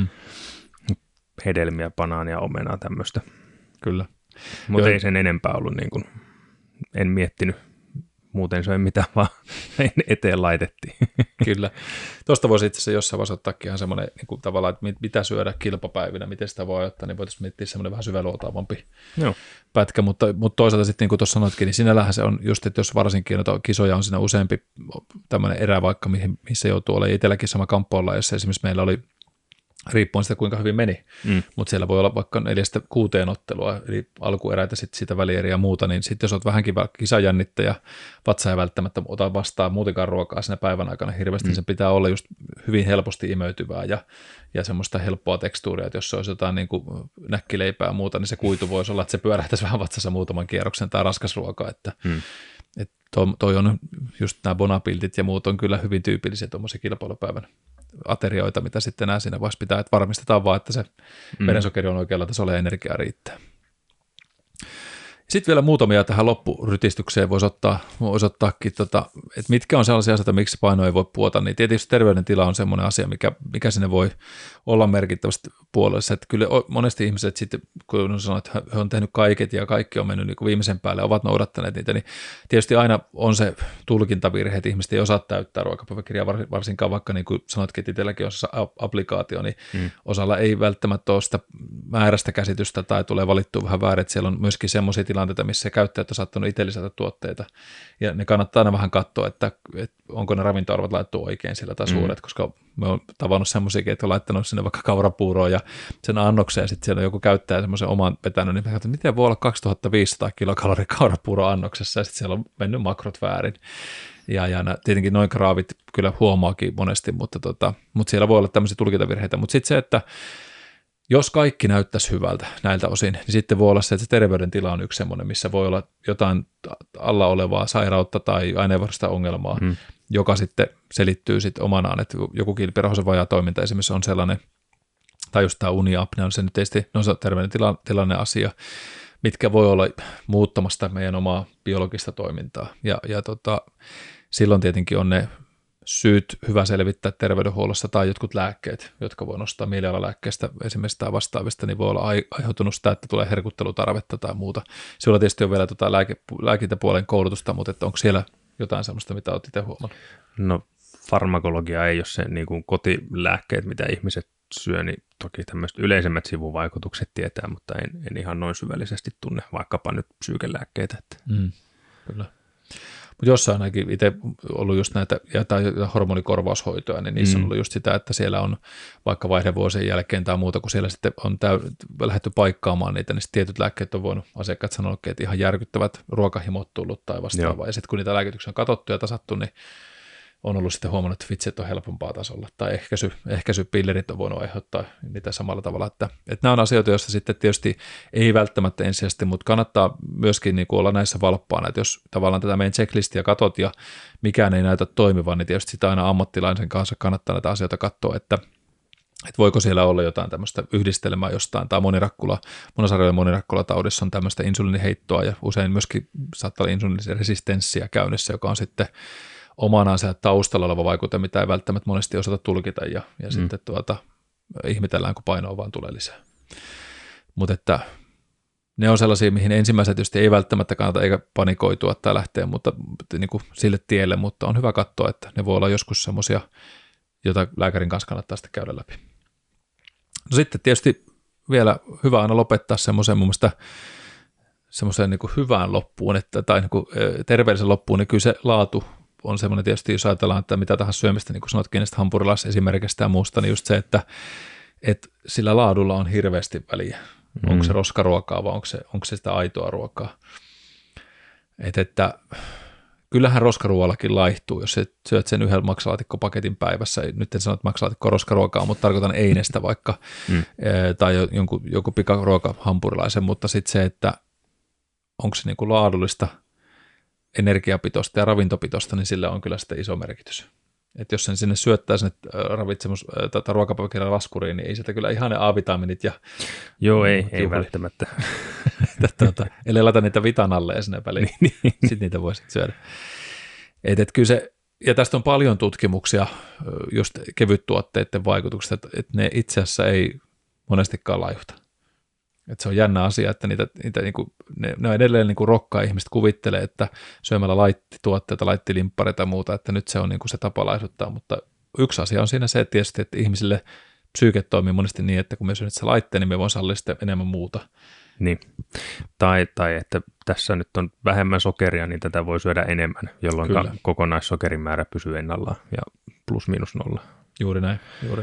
hedelmiä, banaania, omenaa, tämmöistä. Kyllä. Mutta ei sen enempää ollut, niin kuin, en miettinyt. Muuten söin mitä vaan eteen laitettiin. Kyllä. Tuosta voisi itse asiassa jossain vaiheessa ottaakin ihan semmoinen niin tavallaan, että mitä syödä kilpapäivinä, miten sitä voi ottaa, niin voitaisiin miettiä semmoinen vähän syväluotaavampi pätkä, mutta toisaalta sitten niin kuin tuossa sanoitkin, niin sinällähän se on just, että jos varsinkin noita kisoja on siinä useampi tämmöinen erä vaikka, missä joutuu olemaan itselläkin sama kamppoilla, jos esimerkiksi meillä oli riippuen sitä, kuinka hyvin meni, mutta siellä voi olla vaikka 4-6 ottelua, eli alkueräitä, sitten sitä välieriä ja muuta, niin sitten jos olet vähänkin kisajännittäjä, vatsa ei välttämättä ota vastaan muutenkaan ruokaa siinä päivän aikana hirveästi, niin sen pitää olla just hyvin helposti imeytyvää ja semmoista helppoa tekstuuria, että jos se olisi jotain niin kuin näkkileipää ja muuta, niin se kuitu voisi olla, että se pyörähtäisi vähän vatsassa muutaman kierroksen tai raskas ruoka, että toi on just nämä bonapiltit ja muut on kyllä hyvin tyypillisiä tuommoisia kilpailupäivän aterioita, mitä sitten nämä siinä vaiheessa pitää, että varmistetaan vaan, että se verensokeri on oikealla tasolla ja energiaa riittää. Sitten vielä muutamia tähän loppurytistykseen voisi ottaakin, että mitkä on sellaisia asioita, miksi paino ei voi puota, niin tietysti terveydentila on semmoinen asia, mikä sinne voi olla merkittävästi puolessa, että kyllä monesti ihmiset sitten, kun sanoo, että he on tehnyt kaiket ja kaikki on mennyt niin kuin viimeisen päälle, ovat noudattaneet niitä, niin tietysti aina on se tulkintavirhe, että ihmiset ei osaa täyttää ruokapäiväkirjaa, varsinkaan vaikka niin kuin sanotkin, että itselläkin on applikaatio, niin osalla ei välttämättä ole sitä määrästä käsitystä tai tulee valittua vähän väärin, että siellä on myöskin semmoisia tilanteita, missä käyttäjät on saattanut itse lisätä tuotteita, ja ne kannattaa aina vähän katsoa, että onko ne ravintoarvot laittu oikein sillä tai suuret, koska me on tavannut semmoisiakin, että on laittanut sinne vaikka kaurapuuroa ja sen annokseen, ja sitten siellä on joku käyttäjä semmoisen oman vetänyt, niin me katsotaan, miten voi olla 2500 kilokaloria kaurapuuroa annoksessa, ja sitten siellä on mennyt makrot väärin. Ja tietenkin noin graavit kyllä huomaakin monesti, mutta siellä voi olla tämmöisiä tulkintavirheitä, mutta sitten se, että jos kaikki näyttäisi hyvältä näiltä osin, niin sitten voi olla se, että se terveydentila on yksi semmoinen, missä voi olla jotain alla olevaa sairautta tai aineenvaihduntaista ongelmaa, joka sitten selittyy sitten omanaan, että joku kilpirauhasen vajaa toiminta esimerkiksi on sellainen, tai just tämä uniapnea on se nyt tietysti, no se on terveydentilanne asia, mitkä voi olla muuttamasta meidän omaa biologista toimintaa, ja silloin tietenkin on ne syyt hyvä selvittää terveydenhuollossa tai jotkut lääkkeet, jotka voi nostaa mielialalääkkeestä esimerkiksi tai vastaavista, niin voi olla aiheutunut sitä, että tulee herkuttelutarvetta tai muuta. Sillä tietysti on vielä lääkintäpuolen koulutusta, mutta onko siellä jotain sellaista, mitä olet itse huomannut? No farmakologia ei ole se niin kuin kotilääkkeet, mitä ihmiset syö, niin toki tämmöiset yleisemmät sivuvaikutukset tietää, mutta en ihan noin syvällisesti tunne vaikkapa nyt psyykelääkkeitä. Kyllä. Mutta jossain ainakin itse ollut just näitä tai hormonikorvaushoitoja, niin niissä on ollut just sitä, että siellä on vaikka vaihdevuosien jälkeen tai muuta, kun siellä sitten on lähdetty paikkaamaan niitä, niin tietyt lääkkeet on voinut asiakkaat sanoa, että ihan järkyttävät ruokahimot tullut tai vastaavaa. Ja sitten kun niitä lääkityksiä on katsottu ja tasattu, niin on ollut sitten huomannut, että vitsit on helpompaa tasolla, tai ehkäisypillerit on voinut aiheuttaa niitä samalla tavalla, että nämä on asioita, joista sitten tietysti ei välttämättä ensisijaisesti, mutta kannattaa myöskin niin kuin olla näissä valppaana, että jos tavallaan tätä meidän checklistia katot ja mikään ei näytä toimivan, niin tietysti sitä aina ammattilaisen kanssa kannattaa näitä asioita katsoa, että voiko siellä olla jotain tämmöistä yhdistelmää jostain, tai monosarjojen monirakkula-taudissa on tämmöistä insuliiniheittoa, ja usein myöskin saattaa olla insuliiniresistenssiä käynnissä, joka on sitten omanaan siellä taustalla oleva vaikute, mitä ei välttämättä monesti osata tulkita, ja sitten ihmetellään, kun painoa vaan tulee lisää. Mutta että ne on sellaisia, mihin ensimmäiset tietysti ei välttämättä kannata eikä panikoitua tai lähteä mutta, niin kuin sille tielle, mutta on hyvä katsoa, että ne voi olla joskus semmoisia, joita lääkärin kanssa kannattaa sitten käydä läpi. No sitten tietysti vielä hyvä aina lopettaa semmoiseen mun mielestä semmoiseen niin kuin hyvään loppuun, tai niin kuin terveellisen loppuun, niin kyllä se laatu on semmoinen tietysti, jos ajatellaan, että mitä tahansa syömistä, niin kuin sanotkin näistä hampurilaisesimerkistä ja muusta, niin just se, että sillä laadulla on hirveästi väliä. Onko se roskaruokaa vai onko se sitä aitoa ruokaa. Että kyllähän roskaruoallakin laihtuu, jos syöt sen yhden maksalaatikkopaketin päivässä. Nyt en sano, että maksalaatikko on roskaruokaa, mutta tarkoitan einestä vaikka, tai joku pikaruoka hampurilaisen, mutta sitten se, että onko se niinku laadullista, energiapitoista ja ravintopitoista, niin sillä on kyllä sitten iso merkitys. Että jos sen sinne syöttää sinne ruokapapakirjan laskuriin, niin ei sieltä kyllä ihan ne A-vitamiinit ja... Joo, ei välttämättä. Eli laita niitä vitanalleja sinne väliin, sitten niitä voi sitten syödä. Et kyllä se, ja tästä on paljon tutkimuksia just kevyttuotteiden vaikutuksista, että ne itse asiassa ei monestikaan laihuta. Että se on jännä asia, että niitä niinku, ne on edelleen niinku rokkaa, ihmiset kuvittelee, että syömällä laittituotteita, laittilimppareita ja muuta, että nyt se on niinku se tapa laihduttaa, mutta yksi asia on siinä se, että tietysti, että ihmisille psyyke toimii monesti niin, että kun me syödään se laitteen, niin me voin sallia sitten enemmän muuta. Niin, tai että tässä nyt on vähemmän sokeria, niin tätä voi syödä enemmän, jolloin kokonaissokerin määrä pysyy ennallaan ja plus miinus nolla. Juuri näin.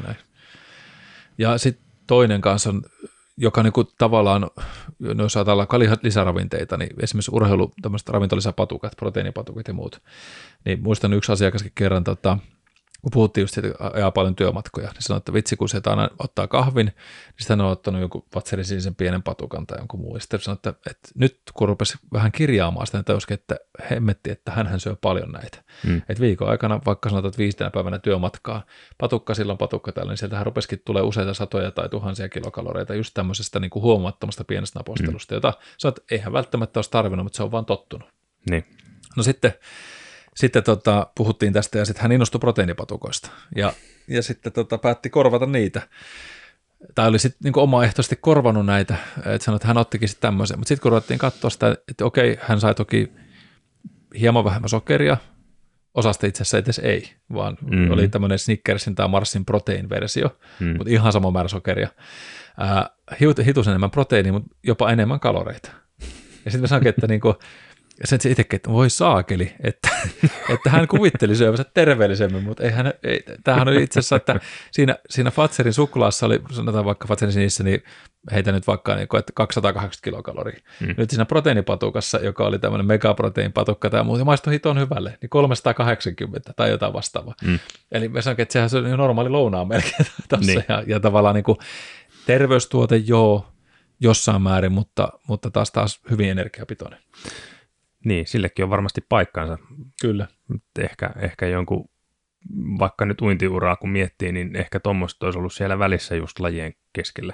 Ja sitten toinen kanssa on, joka niinku tavallaan, jos ajatellaan lisäravinteita, niin esimerkiksi urheilu, tämmöiset ravintolisäpatukat, proteiinipatukat ja muut, niin muistan yksi asiakaskin kerran, kun puhuttiin just siitä, että ajaa paljon työmatkoja, niin sanoi, että vitsi, kun se aina ottaa kahvin, niin sitten hän on ottanut jonkun Fatserin sinisen pienen patukan tai jonkun muu. Sitten sanoi, että nyt kun rupesi vähän kirjaamaan sitä, niin että hemmetti, että hänhän syö paljon näitä. Että viikon aikana, vaikka sanotaan, että 5 päivänä työmatkaa, patukka silloin, patukka täällä, niin sieltähän rupesikin tulee useita satoja tai tuhansia kilokaloreita just tämmöisestä niin kuin huomaattomasta pienestä napostelusta, jota sanoit, että eihän välttämättä olisi tarvinnut, mutta se on vaan tottunut. Niin. No sitten puhuttiin tästä ja sitten hän innostui proteiinipatukoista ja sitten päätti korvata niitä. Tai oli sitten niin omaehtoisesti korvannut näitä, että sanoi, että hän ottikin sitten tämmöisen. Mutta sitten kun ruvettiin katsoa sitä, että okei, hän sai toki hieman vähemmän sokeria, osasta itse asiassa edes ei, vaan oli tämmöinen Snickersin tai Marsin proteiinversio, mutta ihan sama määrä sokeria. Hitusen enemmän proteiinia, mutta jopa enemmän kaloreita. Ja sitten me sanoinkin, että niinku, ja sen itsekin, että voi saakeli, että hän kuvitteli syövänsä terveellisemmin, mutta tämähän oli itse asiassa, että siinä Fatserin suklaassa oli, sanotaan vaikka Fatserin sinissä, niin heitä nyt vaikka niin kuin, että 280 kilokaloria. Nyt siinä proteiinipatukassa, joka oli tämmöinen megaproteiinipatukka tai muu, ja maistui hiton hyvälle, niin 380 tai jotain vastaavaa. Eli me sanoin, että sehän on normaali lounaan melkein tuossa, niin. ja tavallaan niin kuin terveystuote jossain määrin, mutta taas hyvin energiapitoinen. Niin, sillekin on varmasti paikkansa. Kyllä. Ehkä jonkun, vaikka nyt uintiuraa kun miettii, niin ehkä tuommoista olisi ollut siellä välissä just lajien keskellä.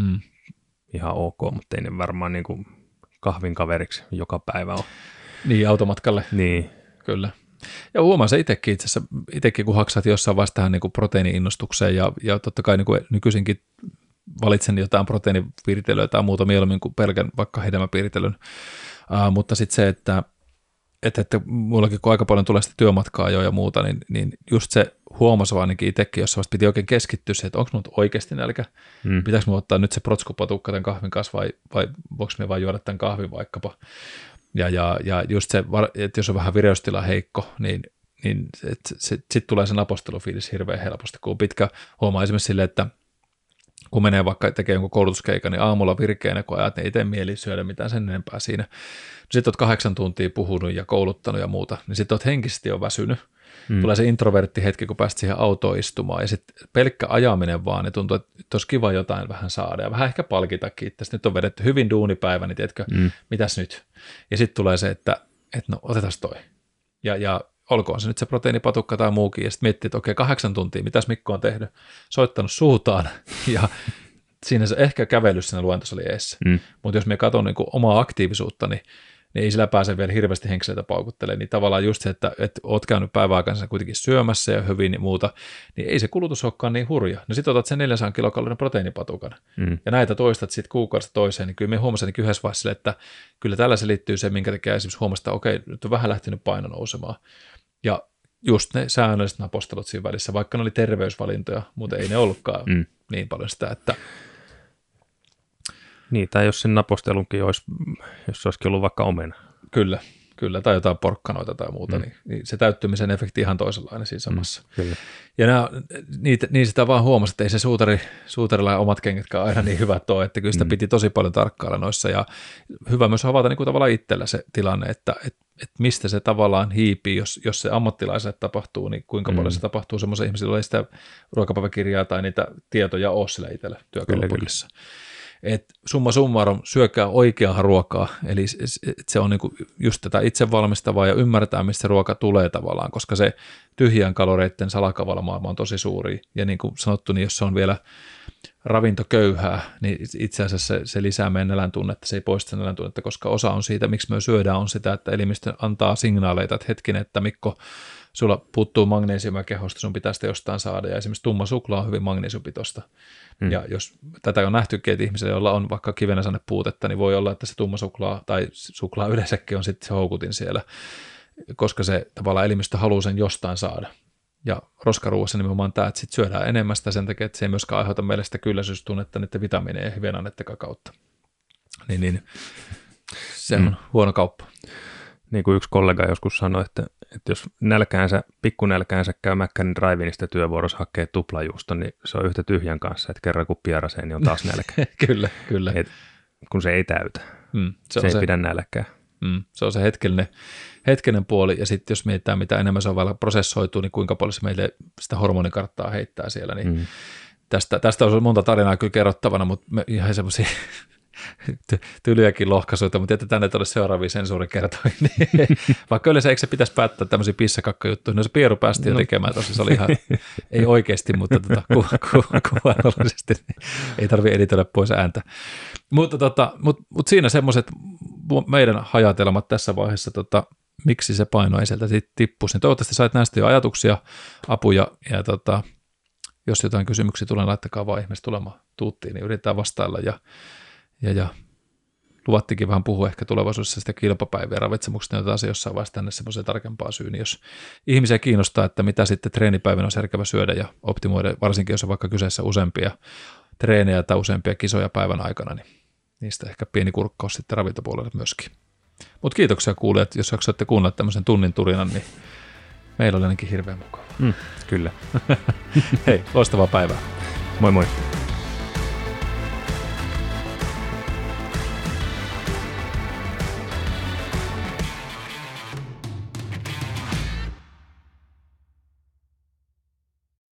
Ihan ok, mutta ei ne varmaan niin kuin kahvin kaveriksi joka päivä ole. Niin, automatkalle. Niin. Kyllä. Ja huomaan se itsekin kun haksat jossain vaiheessa tähän niin kuin proteiini-innostukseen ja totta kai niin kuin nykyisinkin valitsen jotain proteiinipiiritelyä tai muuta mieluummin kuin pelkän vaikka hedelmäpiirittelyn. Mutta sitten se, että mullakin kun aika paljon tulee sitä työmatkaa jo ja muuta, niin just se huomasi vaan ainakin itsekin, jossa vasta piti oikein keskittyä siihen, että onko minun oikeasti nälkä, pitääkö minun ottaa nyt se protskupatukka tämän kahvin kanssa vai voiko minä vaan juoda tämän kahvin vaikkapa. Ja just se, että jos on vähän vireystila heikko, niin sitten tulee se napostelufiilis hirveän helposti, kun on pitkä huomaa esimerkiksi silleen, että kun menee vaikka tekee jonkun koulutuskeikan, niin aamulla virkeänä, kun ajat, niin ei tee mieli syödä mitään sen enempää siinä. Sitten olet 8 tuntia puhunut ja kouluttanut ja muuta, niin sitten olet henkisesti jo väsynyt. tulee se introvertti hetki, kun pääst siihen autoon istumaan, ja sitten pelkkä ajaminen vaan, niin tuntuu, että olisi kiva jotain vähän saada, ja vähän ehkä palkitakin, että nyt on vedetty hyvin duunipäivä, niin tiedätkö, mitäs nyt? Ja sitten tulee se, että no otetaan toi, ja olkoon se nyt se proteiinipatukka tai muukin, ja sitten miettii, että okei, 8 tuntia, mitäs Mikko on tehnyt, soittanut suutaan, ja siinä se ehkä kävelys siinä luentosali eessä. Mutta jos me katson niin omaa aktiivisuutta, niin ei sillä pääse vielä hirveästi henkseleitä paukuttelemaan. Niin tavallaan just se, että oot käynyt päiväaikansa kuitenkin syömässä ja hyvin ja muuta, niin ei se kulutus olekaan niin hurja. No sit otat sen 400 kilokalorin proteiinipatukan ja näitä toistat sitten kuukaudesta toiseen, niin kyllä me huomasin niin yhdessä vaiheessa, että kyllä tällä se liittyy se, minkä takia esimerkiksi huomasi, että okei, nyt on vähän lähtenyt paino nousemaan. Ja just ne säännölliset napostelut siinä välissä, vaikka ne oli terveysvalintoja, mutta ei ne ollutkaan niin paljon sitä, että niin, tai jos sen napostelunkin olisi, jos se olisikin ollut vaikka omena. Kyllä, tai jotain porkkanoita tai muuta, niin se täyttymisen efekti ihan toisenlainen siinä samassa. Kyllä. Ja niin sitä vaan huomasi, että ei se suutarilla omat kengetkään aina niin hyvät ole, että kyllä sitä piti tosi paljon tarkkailla noissa, ja hyvä myös havaita niin kuin tavallaan itsellä se tilanne, että mistä se tavallaan hiipii, jos se ammattilaiselle tapahtuu, niin kuinka paljon se tapahtuu semmoisen ihmisille, joilla ei sitä ruokapäiväkirjaa tai niitä tietoja ole sillä itsellä työkalupukissa. että summa summarum, syökää oikeaa ruokaa, eli se on niinku just tätä itse valmistavaa ja ymmärtää, mistä ruoka tulee tavallaan, koska se tyhjän kaloreiden salakavalmaailma on tosi suuri, ja niin kuin sanottu, niin jos se on vielä ravintoköyhää, niin itse asiassa se lisää meidän näläntunnetta, se ei poista näläntunnetta, koska osa on siitä, miksi me syödään, on sitä, että elimistö antaa signaaleita, että hetkinen, että Mikko, sulla puuttuu magneesiumia kehosta, sun pitää sitä jostain saada, ja esimerkiksi tumma suklaa on hyvin magneesiumpitoista. Ja jos tätä on nähtykin, että ihmisillä, joilla on vaikka kivenäsannepuutetta, niin voi olla, että se tumma suklaa tai suklaa yleensäkin on sitten se houkutin siellä, koska se tavallaan elimistö haluaa sen jostain saada. Ja roskaruuassa nimenomaan tämä, että sit syödään enemmän sitä sen takia, että se ei myöskään aiheuta meille sitä kylläisyystunnetta niiden vitamiineja ja hivenannettakaan kautta. Niin se on huono kauppa. Niin kuin yksi kollega joskus sanoi, että jos pikkunälkäänsä käy Mäkkärin drive-inistä työvuorossa hakee tuplajuusta, niin se on yhtä tyhjän kanssa, että kerran kun pierasee, niin on taas nälkä. Kyllä. Kun se ei täytä. Se ei pidä nälkää. Se on se hetkinen puoli, ja sitten jos mietitään, mitä enemmän se on vielä prosessoitu, niin kuinka paljon se meille sitä hormonikarttaa heittää siellä, niin tästä on monta tarinaa kyllä kerrottavana, mutta ihan semmoisia tylyjäkin lohkaisuita, mutta jätetään ne tuonne seuraaviin sensuurikertoihin. Vaikka yleensä eikö se pitäisi päättää tämmöisiä pissakakkajuttuja, no se Pieru päästi jo tekemään, tosi se oli ihan, ei oikeasti, mutta kuvanollisesti ei tarvitse editoida pois ääntä. Mutta siinä semmoiset meidän hajatelmat tässä vaiheessa, miksi se paino ei sieltä tippuisi, niin toivottavasti sait näistä jo ajatuksia, apuja, ja jos jotain kysymyksiä tulee, laittakaa vaan ihmeessä tulemaan tuuttiin, niin yritetään vastailla, ja luvattikin vähän puhua ehkä tulevaisuudessa sitä kilpapäivää ravitsemuksesta, niin otetaan se jossain vaiheessa tänne semmoiseen tarkempaa syyni, jos ihmisiä kiinnostaa, että mitä sitten treenipäivänä on järkevä syödä ja optimoida, varsinkin jos on vaikka kyseessä useampia treenejä tai useampia kisoja päivän aikana, niin niistä ehkä pieni kurkkaus sitten ravintopuolelle myöskin. Mutta kiitoksia kuulijat, jos jaksoitte kuunnella tämmöisen tunnin turinan, niin meillä oli ainakin hirveän mukava. Kyllä. Hei, loistavaa päivää. Moi moi.